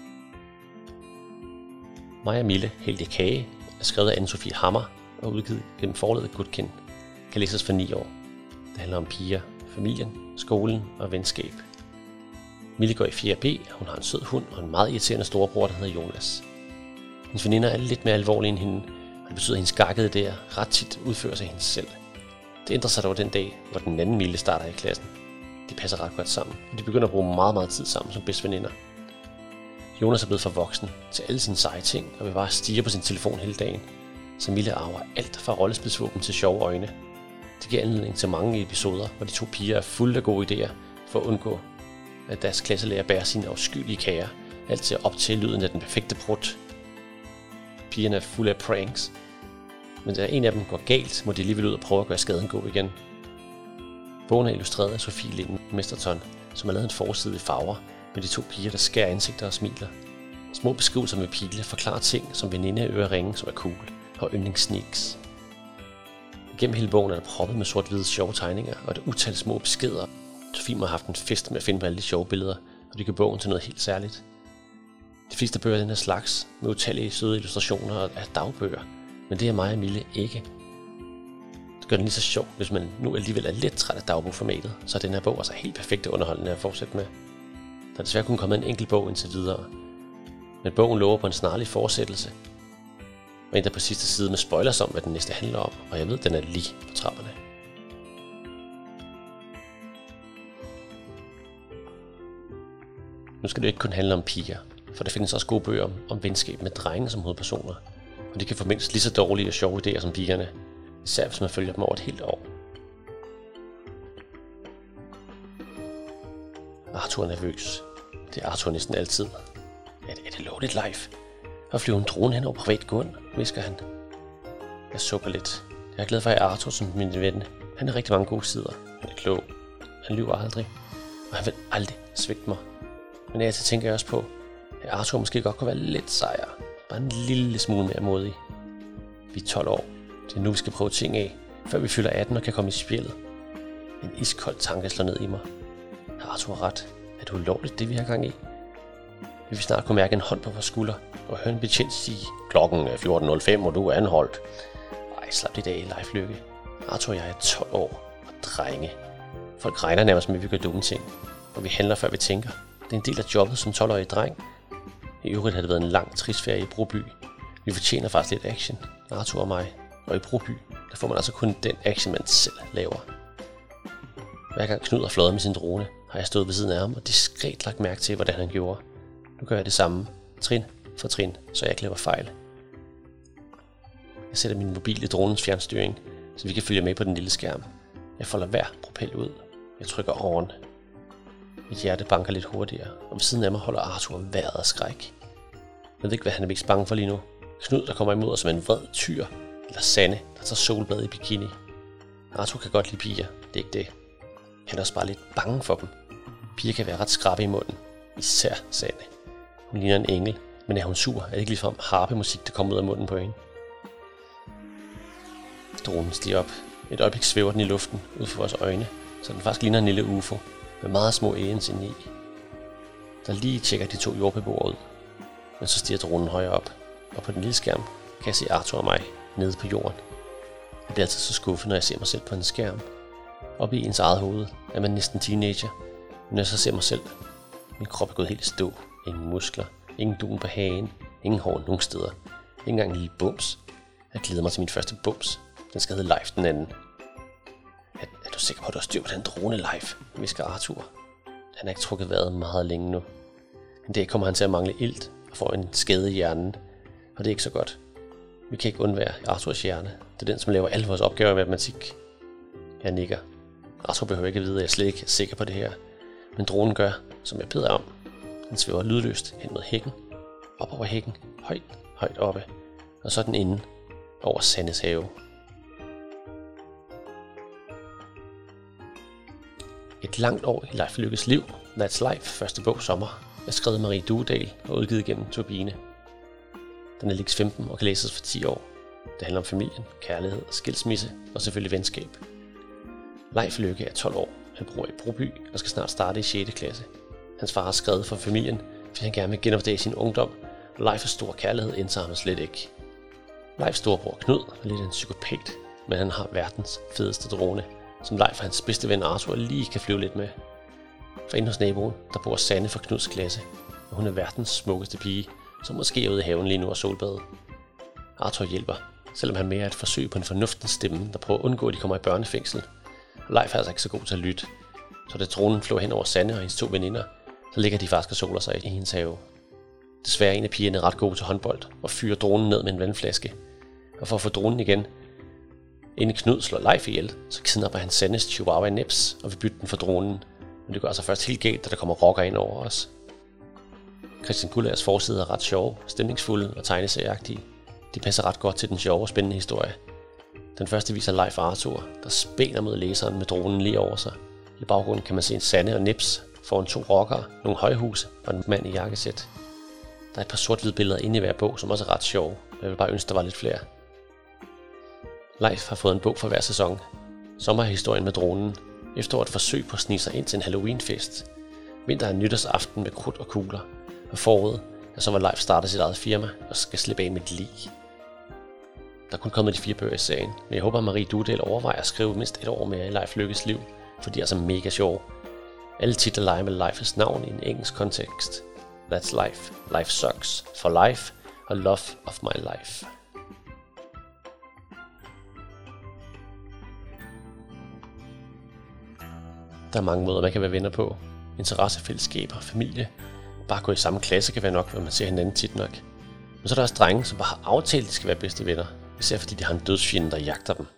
Mig og Mille, helt i kage, er skrevet af Anne-Sophie Hammer og udgivet gennem forlaget Gutkind. Kan læses for 9 år. Det handler om piger, familien, skolen og venskab. Mille går i 4B, hun har en sød hund og en meget irriterende storebror, der hedder Jonas. Hendes veninder er lidt mere alvorlige end hende, og det betyder, at hendes gakkede idéer ret tit udfører sig hende selv. Det ændrer sig dog den dag, hvor den anden Mille starter i klassen. De passer ret godt sammen, og de begynder at bruge meget, meget tid sammen som bedste veninder. Jonas er blevet for voksen til alle sine seje ting, og vil bare stirre på sin telefon hele dagen. Så Mille arver alt fra rollespidsvåben til sjove øjne. Det giver anledning til mange episoder, hvor de to piger er fulde af gode idéer for at undgå, at deres klasselærer bærer sine afskyelige kager, altid op til lyden af den perfekte prut. Pigerne er fulde af pranks, men da en af dem går galt, må de alligevel ud og prøve at gøre skaden god igen. Bogen er illustreret af Sofie Lind Mesterton, som har lavet en forside i farver med de to piger, der skærer ansigter og smiler. Små beskrivelser med pile forklarer ting som veninde af øreringe, som er cool, og yndlingssneaks. Gennem hele bogen er der proppet med sort-hvide sjove tegninger og et utal små beskeder. Sofie må have haft en fest med at finde på alle de sjove billeder, og det gør bogen til noget helt særligt. De fleste bøger er den her slags, med utallige søde illustrationer og dagbøger, men det er mig og Mille ikke. Det gør den lige så sjov, hvis man nu alligevel er lidt træt af dagbogformatet, så er den her bog altså helt perfekt underholdende at fortsætte med. Der er desværre kun kommet en enkelt bog indtil videre, men bogen lover på en snarlig fortsættelse. Og endda på sidste side med spoilers om, hvad den næste handler om, og jeg ved, den er lige på trapperne. Nu skal det ikke kun handle om piger, for der findes også gode bøger om venskab med drenge som hovedpersoner, og de kan få mindst lige så dårlige og sjove idéer som pigerne, især hvis man følger dem over et helt år. Arthur er nervøs. Det er Arthur næsten altid. Er det loaded live? Og flyver en drone hen over privat grund, hvisker han. Jeg sukker lidt. Jeg er glad for, at Arthur som min ven. Han har rigtig mange gode sider. Han er klog. Han lyver aldrig. Og han vil aldrig svigte mig. Men jeg tænker jeg også på, at Arthur måske godt kunne være lidt sejere. Bare en lille smule mere modig. Vi er 12 år. Det er nu, vi skal prøve ting af, før vi fylder 18 og kan komme i spjældet. En iskold tanke slår ned i mig. Har Arthur ret? Er det ulovligt, det vi har gang i? Vi vil snart kunne mærke en hånd på vores skulder og høre en betjent sige, klokken er 14.05, og du er anholdt. Ej, slap dit af, Leif Lykke. Arthur og jeg er 12 år og drenge. Folk regner nærmest med, at vi gør dumme ting, og vi handler før vi tænker. Det er en del af jobbet som 12-årig dreng. I øvrigt har det været en lang trist ferie i Broby. Vi fortjener faktisk lidt action, Arthur og mig. Og i Broby, der får man altså kun den action, man selv laver. Hver gang Knud har fløjet med sin drone, har jeg stået ved siden af ham og diskret lagt mærke til, hvordan han gjorde. Nu gør jeg det samme, trin for trin, så jeg ikke laver fejl. Jeg sætter min mobil i dronens fjernstyring, så vi kan følge med på den lille skærm. Jeg folder hver propel ud. Jeg trykker on. Mit hjerte banker lidt hurtigere, og ved siden af mig holder Arthur vejret af skræk. Jeg ved ikke, hvad han er mest bange for lige nu. Knud, der kommer imod os som en vred tyr, eller Sanne, der tager solbad i bikini. Arthur kan godt lide piger, det er ikke det. Han er også bare lidt bange for dem. Piger kan være ret skrappe i munden, især Sanne. Hun ligner en engel, men er hun sur, er det ikke ligefrem harpemusik, der kommer ud af munden på hende. Dronen stiger op. Et øjeblik svæver den i luften ud for vores øjne, så den faktisk ligner en lille UFO med meget små aliens indeni, der lige tjekker de 2 jordbeboere ud. Men så stiger dronen højere op, og på den lille skærm kan jeg se Arthur og mig nede på jorden. Jeg bliver altid så skuffet, når jeg ser mig selv på en skærm. Oppe i ens eget hoved er man næsten teenager, men når jeg så ser mig selv, min krop er gået helt i stå. Ingen muskler, ingen dun på hagen, ingen hår nogen steder, ikke engang en lille bums. Jeg glæder mig til min første bums. Den skal hedde Leif den anden. Er du sikker på, at du har styr på den drone, Leif? Hvisker Arthur. Han er ikke trukket vejret meget længe nu. En dag kommer han til at mangle ilt og får en skade i hjernen, og det er ikke så godt. Vi kan ikke undvære Arthurs hjerne. Det er den, som laver alle vores opgaver i matematik. Jeg nikker. Arthur behøver ikke at vide, at jeg slet ikke er sikker på det her. Men dronen gør, som jeg beder om. Den svæver lydløst hen mod hækken. Op over hækken. Højt oppe. Og så den inde over Sandes have. Et langt år i Leif Lykkes liv. That's Life, første bog sommer. Jeg skrev Marie Duedal og udgivet gennem Turbine. Den er lægst 15 og kan læses for 10 år. Det handler om familien, kærlighed, skilsmisse og selvfølgelig venskab. Leif Lykke er 12 år. Han bor i Broby og skal snart starte i 6. klasse. Hans far har skrevet for familien, fordi han gerne vil genopdage sin ungdom, og Leifs store kærlighed indtager ham slet ikke. Leifs storebror Knud er lidt en psykopat, men han har verdens fedeste drone, som Leif og hans bedste ven Arthur lige kan flyve lidt med. For inde hos naboen, der bor Sanne fra Knuds klasse, og hun er verdens smukkeste pige, som måske er ude i haven lige nu og solbade. Arthur hjælper, selvom han mere er et forsøg på en fornuftens stemme, der prøver at undgå, at de kommer i børnefængsel. Og Leif er altså ikke så god til at lytte, så da dronen flyver hen over Sanne og hendes 2 veninder, så ligger de faktisk og soler sig i hendes have. Desværre er en af pigerne ret god til håndbold og fyrer dronen ned med en vandflaske. Og for at få dronen igen, inden Knud slår Leif ihjel, så kidnapper han Sannes chihuahua Nips og vil bytte den for dronen. Men det går altså først helt galt, da der kommer rocker ind over os. Christian Gullers forsider er ret sjove, stemningsfulde og tegneserieagtige. De passer ret godt til den sjove og spændende historie. Den første viser Leif og Arthur, der spænder mod læseren med dronen lige over sig. I baggrunden kan man se en Sanne og Nips foran 2 rockere, nogle højhuse og en mand i jakkesæt. Der er et par sort-hvide billeder inde i hver bog, som også er ret sjove. Jeg vil bare ønske, der var lidt flere. Leif har fået en bog for hver sæson. Sommer er historien med dronen. Efteråret et forsøg på at snige sig ind til en Halloweenfest. Vinter er nytårsaften med krudt og kugler. Og foråret er så, hvor Leif starter sit eget firma og skal slippe af med et lig. Der er kun kommet de 4 bøger i serien, men jeg håber, at Marie Duedal overvejer at skrive mindst 1 år mere i Leif Lykkes liv, for de er altså mega sjove. Alle titler leger med Leifs navn i en engelsk kontekst. That's Life, Life Sucks, For Life og Love of My Life. Der er mange måder, man kan være venner på. Interessefællesskaber, familie. Bare gå i samme klasse kan være nok, hvor man ser hinanden tit nok. Men så er der også drenge, som bare har aftalt, at de skal være bedste venner. Især fordi de har en dødsfjende, der jagter dem.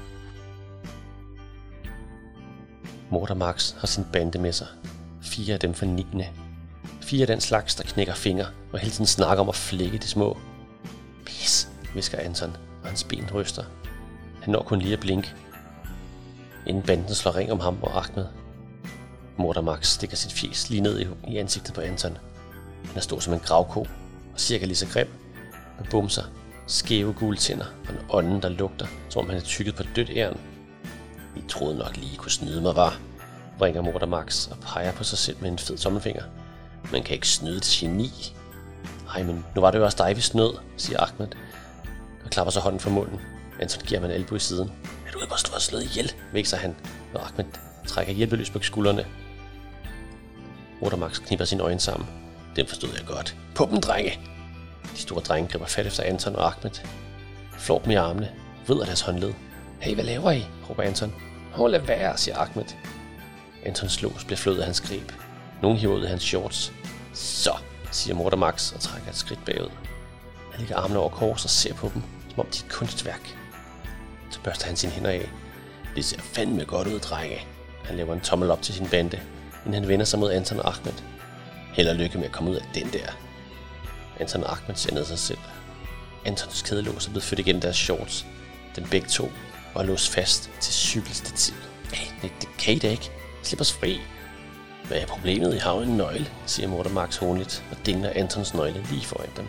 Mort og Max har sin bande med sig. 4 af dem for 9. 4 af den slags, der knækker fingre og hele tiden snakker om at flække de små. Pis, hvisker Anton, og hans ben ryster. Han når kun lige at blinke, inden banden slår ring om ham og Ahmed. Mort og Max stikker sit fjes lige ned i ansigtet på Anton. Han er stor som en gravko og cirka lige så grim, med bumser, skæve gule tænder og en ånden, der lugter, som om han er tykket på dødt æren. I troede nok lige kunne snyde mig, var, vringer Mort og Max og peger på sig selv med en fed tommelfinger. Man kan ikke snyde et geni. Ej, men nu var det jo også dig, vi snød, siger Ahmed, og klapper så hånden for munden. Anton giver ham en albu i siden. Er du ikke bare stået og slået ihjel, vækser han, når Ahmed trækker hjælpeløs på skuldrene. Mort og Max knipper sine øjne sammen. Den forstod jeg godt. På dem, drenge! De store drenge griber fat efter Anton og Ahmed. Flår dem i armene, vrider deres håndled. Hey, hvad laver I? Råber Anton. Lad være, siger Ahmed. Antons lås bliver flået af hans greb. Nogen hiver ud af hans shorts. Så, siger Mort og Max og trækker et skridt bagud. Han lægger armene over kors og ser på dem, som om de er et kunstværk. Så børster han sine hænder af. Det ser fandme godt ud, drenge. Han laver en tommel op til sin bande, inden han vender sig mod Anton og Ahmed. Held og lykke med at komme ud af den der. Anton og Ahmed ser ned sig selv. Antons kædelås er blevet ført igennem deres shorts. Den begge to var låst fast til cykelstativ. Hey, det kan I da ikke. Slip os fri. Hvad er problemet? I har jo en nøgle, siger Mort og Max hånligt og dingler Antons nøgle lige foran dem.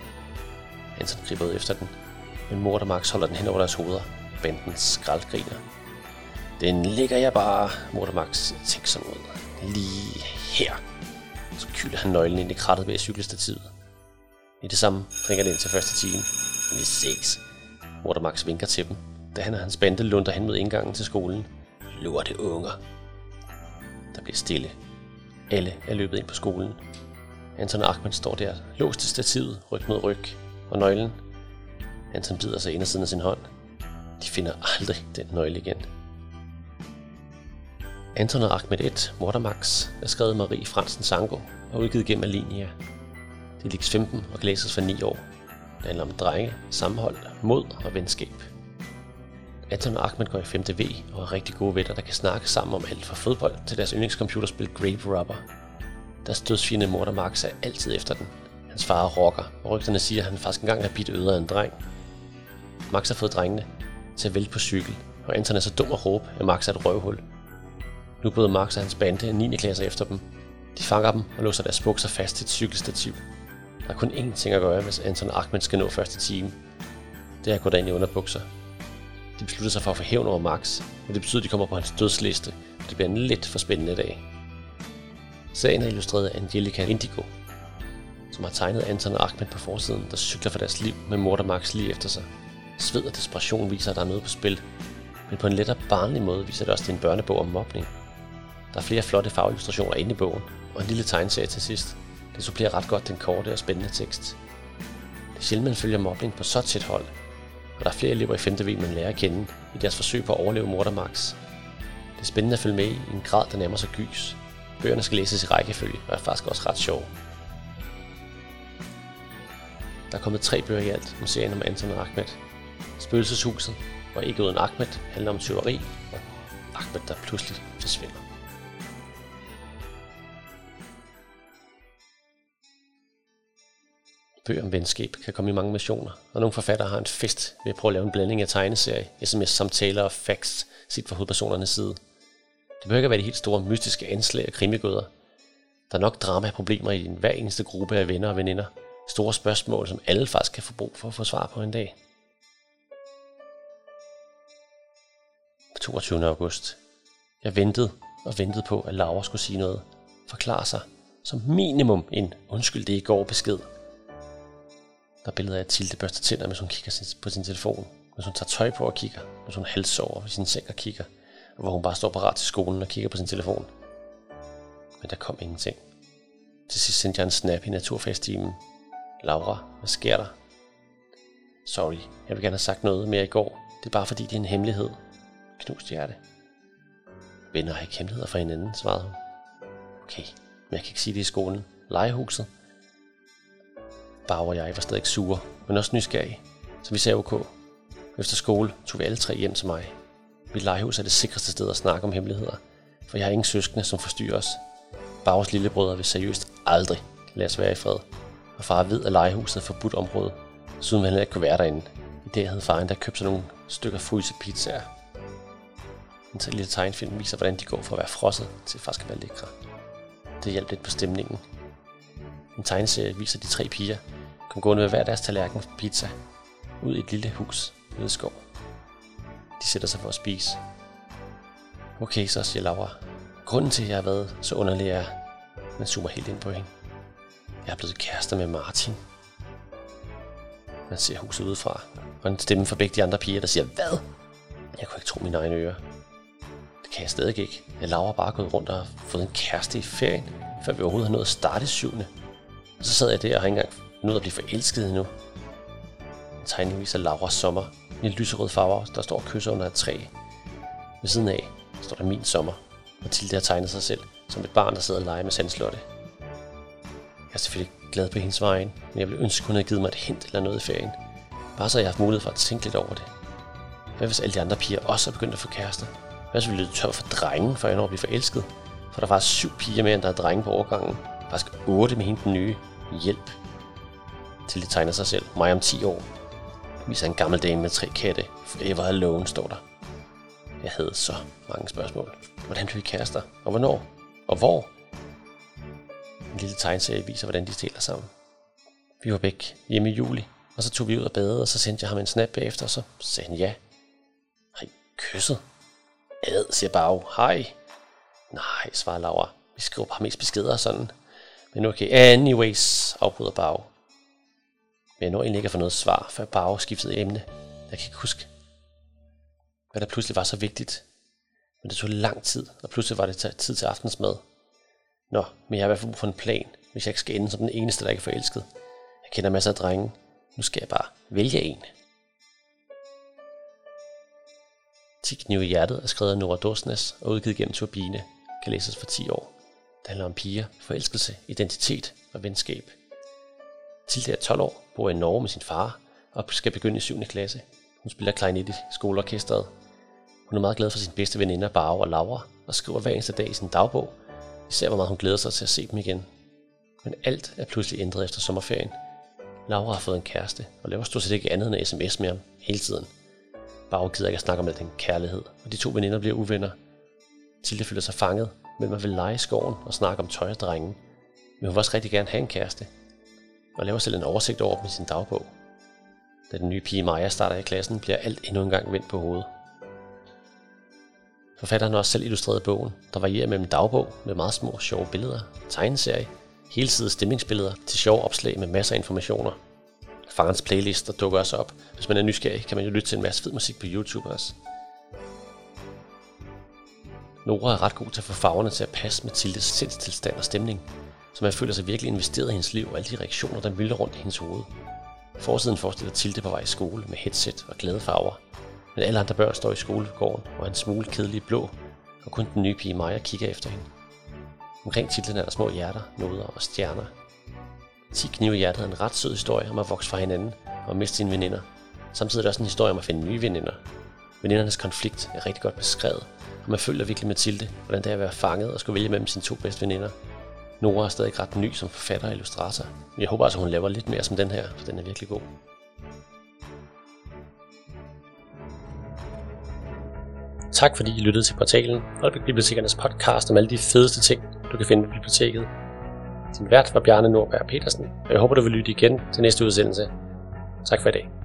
Anton griber ud efter den, men Mort og Max holder den hen over deres hoveder. Banden skraldgriner. Den ligger jeg bare, Morter Max tænksom ud. Lige her. Så kylder han nøglen ind i krattet bag cykelstativet. I det samme ringer det ind til første time. Vi ses. Morter Max vinker til dem, da han og hans bande lunder hen mod indgangen til skolen. Lorte unger. Der bliver stille. Alle er løbet ind på skolen. Anton og Ahmed står der, låst til stativet, ryg mod ryg, og nøglen. Anton bider sig indersiden af sin hånd. De finder aldrig den nøgle igen. Anton og Ahmed 1, Morter Max, er skrevet Marie Fransen Sango og udgivet gennem Alinia. Det ligger 15 og kan læses for 9 år. Det handler om drenge, sammenhold, mod og venskab. Anton og Ahmed går i 5. V og er rigtig gode venner, der kan snakke sammen om alt fra fodbold til deres yndlingscomputerspil Grape Robber. Deres dødsfjende Morter Max er altid efter den. Hans far er rocker, og rygterne siger, at han faktisk engang har bidt øret af en dreng. Max har fået drengene til at vælte på cykel, og Anton er så dum at råbe, at Max er et røvhul. Nu både Max og hans bande 9. klasse efter dem. De fanger dem og låser deres bukser fast til et cykelstativ. Der er kun én ting at gøre, hvis Anton og Ahmed skal nå første time. Det er at gå derind i underbukser. De beslutter sig for at få hævn over Max, og det betyder, at de kommer på hans dødsliste, og det bliver en lidt for spændende dag. Serien er illustreret af Angelica Indigo, som har tegnet Anton og Ahmed på forsiden, der cykler for deres liv med Morter Max lige efter sig. Sved og desperation viser, at der er noget på spil, men på en lettere barnlig måde viser det også, at det er en børnebog om mobning. Der er flere flotte farveillustrationer inde i bogen, og en lille tegneserie til sidst. Det supplerer ret godt den korte og spændende tekst. Det er sjældent, man følger mobning på så tæt hold, og der er flere elever i 5. V, man lærer at kende i deres forsøg på at overleve Morter Max. Det er spændende at følge med i en grad, der nærmer sig gys. Bøgerne skal læses i rækkefølge, og er faktisk også ret sjove. Der er kommet 3 bøger i alt om serien om Anton og Ahmed. Spøgelseshuset, hvor ikke uden Ahmed handler om tyveri, og Ahmed, der pludselig forsvinder. Bøger om venskab kan komme i mange versioner, og nogle forfattere har en fest ved at prøve at lave en blanding af tegneserie, sms-samtaler og facts set fra hovedpersonernes side. Det behøver ikke være de helt store mystiske anslag og krimigåder. Der er nok drama og problemer i hver eneste gruppe af venner og veninder. Store spørgsmål, som alle faktisk kan få brug for at få svar på en dag. 22. august. Jeg ventede og ventede på, at Laura skulle sige noget. Forklare sig. Som minimum en undskyld det i går besked. Der er billeder af Tilde børster tænder, mens hun kigger på sin telefon. Mens hun tager tøj på og kigger. Mens hun halvsover ved sin seng og kigger. Og hvor hun bare står parat til skolen og kigger på sin telefon. Men der kom ingenting. Til sidst sendte jeg en snap i naturfagstimen. Laura, hvad sker der? Sorry, jeg vil gerne have sagt noget mere i går. Det er bare fordi det er en hemmelighed. Knust hjerte. Venner har ikke hemmeligheder for hinanden, svarede hun. Okay, men jeg kan ikke sige det i skolen. Legehuset. Barbara og jeg var stadig sure, men også nysgerrige, så vi sagde OK. Efter skole tog vi alle 3 hjem til mig. Mit legehus er det sikreste sted at snakke om hemmeligheder, for jeg har ingen søskende, som forstyrrer os. Barbaras lillebrødre vil seriøst aldrig lade os være i fred, og far ved, at legehuset er forbudt område, siden vi heller ikke kunne være derinde. I dag havde far endda købt sådan nogle stykker frysepizzaer. En lille tegnefilm viser, hvordan de går fra at være frosset til faktisk at være lækre. Det hjalp lidt på stemningen. En tegneserie viser de 3 piger kom gående med hver deres tallerken pizza ud i et lille hus ude i skov. De sætter sig for at spise. Okay, så siger Laura. Grunden til, at jeg har været så underlig er, man zoomer helt ind på hende. Jeg er blevet kærester med Martin. Man ser huset udefra, og en stemme fra begge de andre piger, der siger, hvad? Jeg kunne ikke tro mine egne ører. Det kan jeg stadig ikke. Jeg Laura bare gået rundt og fået en kæreste i ferien, før vi overhovedet har nået at starte i 7. Og så sad jeg der og har ikke engang nået at blive forelsket endnu. En tegning viser Lauras sommer i en lyserød farve, der står og kysser under et træ. Ved siden af står der min sommer, og Tilde har tegnet sig selv som et barn, der sidder og leger med sandslotte. Jeg er selvfølgelig glad på hendes vejen, men jeg ville ønske, hun havde givet mig et hint eller noget i ferien. Bare så jeg har haft mulighed for at tænke lidt over det. Hvad hvis alle de andre piger også er begyndt at få kærester? Hvad hvis vi lød tør for drenge, før jeg når at blive forelsket? For der var 7 piger mere, end der er drenge på overgangen. Faktisk 8 med hende den nye. Hjælp. Tilde tegner sig selv. Mig om 10 år. Viser en gammel dame med 3 katte. Forever alone, står der. Jeg havde så mange spørgsmål. Hvordan blev vi kærester? Og hvornår? Og hvor? En lille tegneserie viser, hvordan de taler sammen. Vi var begge hjemme i juli, og så tog vi ud og badede, og så sendte jeg ham en snap bagefter, og så sagde han ja. Har I kysset? Ad, siger Bao. Hej. Nej, svarer Laura. Vi skriver bare mest beskeder og sådan. Men okay, anyways, afbryder Bao. Men jeg når egentlig ikke at få noget svar, før Bao skiftede emne. Jeg kan ikke huske, hvad der pludselig var så vigtigt. Men det tog lang tid, og pludselig var det tid til aftensmad. Nå, men jeg har i hvert fald brug for en plan, hvis jeg ikke skal ende som den eneste, der ikke er forelsket. Jeg kender masser af drenge. Nu skal jeg bare vælge en. 10 knive i hjertet er skrevet af Nora Dorsnes og udgivet gennem Turbine. Kan læses for 10 år. Det handler om piger, forelskelse, identitet og venskab. Tilde er 12 år, bor i Norge med sin far og skal begynde i 7. klasse. Hun spiller klarinet i skoleorkestret. Hun er meget glad for sine bedste veninder Bao og Laura og skriver hver eneste dag i sin dagbog, især hvor meget hun glæder sig til at se dem igen. Men alt er pludselig ændret efter sommerferien. Laura har fået en kæreste og laver stort set ikke andet end sms med ham hele tiden. Bao gider ikke at snakke om al den kærlighed, og de to veninder bliver uvenner. Tilde føler sig fanget, men man vil lege i skoven og snakke om tøj og drenge. Men hun vil også rigtig gerne have en kæreste, og laver selv en oversigt over dem i sin dagbog. Da den nye pige Maja starter i klassen, bliver alt endnu en gang vendt på hovedet. Forfatteren har også selv illustreret bogen, der varierer mellem dagbog med meget små, sjove billeder, tegneserie, helsides stemningsbilleder til sjove opslag med masser af informationer. Farens playlist, der dukker også op. Hvis man er nysgerrig, kan man jo lytte til en masse fed musik på YouTube også. Nora er ret god til at få farverne til at passe med Tildes sindstilstand og stemning, så man føler sig virkelig investeret i hendes liv og alle de reaktioner, der myldrer rundt i hendes hoved. Forsiden forestiller Tilde på vej i skole med headset og glade farver, men alle andre børn står i skolegården og er en smule kedelige blå, og kun den nye pige Maja kigger efter hende. Omkring titlen er der små hjerter, noder og stjerner. 10 knive i hjertet er en ret sød historie om at vokse fra hinanden og miste sine veninder. Samtidig er det også en historie om at finde nye veninder. Venindernes konflikt er rigtig godt beskrevet, og man føler virkelig med Tilde, hvordan det er at være fanget og skulle vælge mellem sine 2 bedste veninder. Nora er stadig ret ny som forfatter og illustrator, men jeg håber altså, hun laver lidt mere som den her, for den er virkelig god. Tak fordi I lyttede til portalen Holbæk Bibliotekernes podcast om alle de fedeste ting, du kan finde på biblioteket. Din vært var Bjarne Nordberg Petersen, og jeg håber, du vil lytte igen til næste udsendelse. Tak for i dag.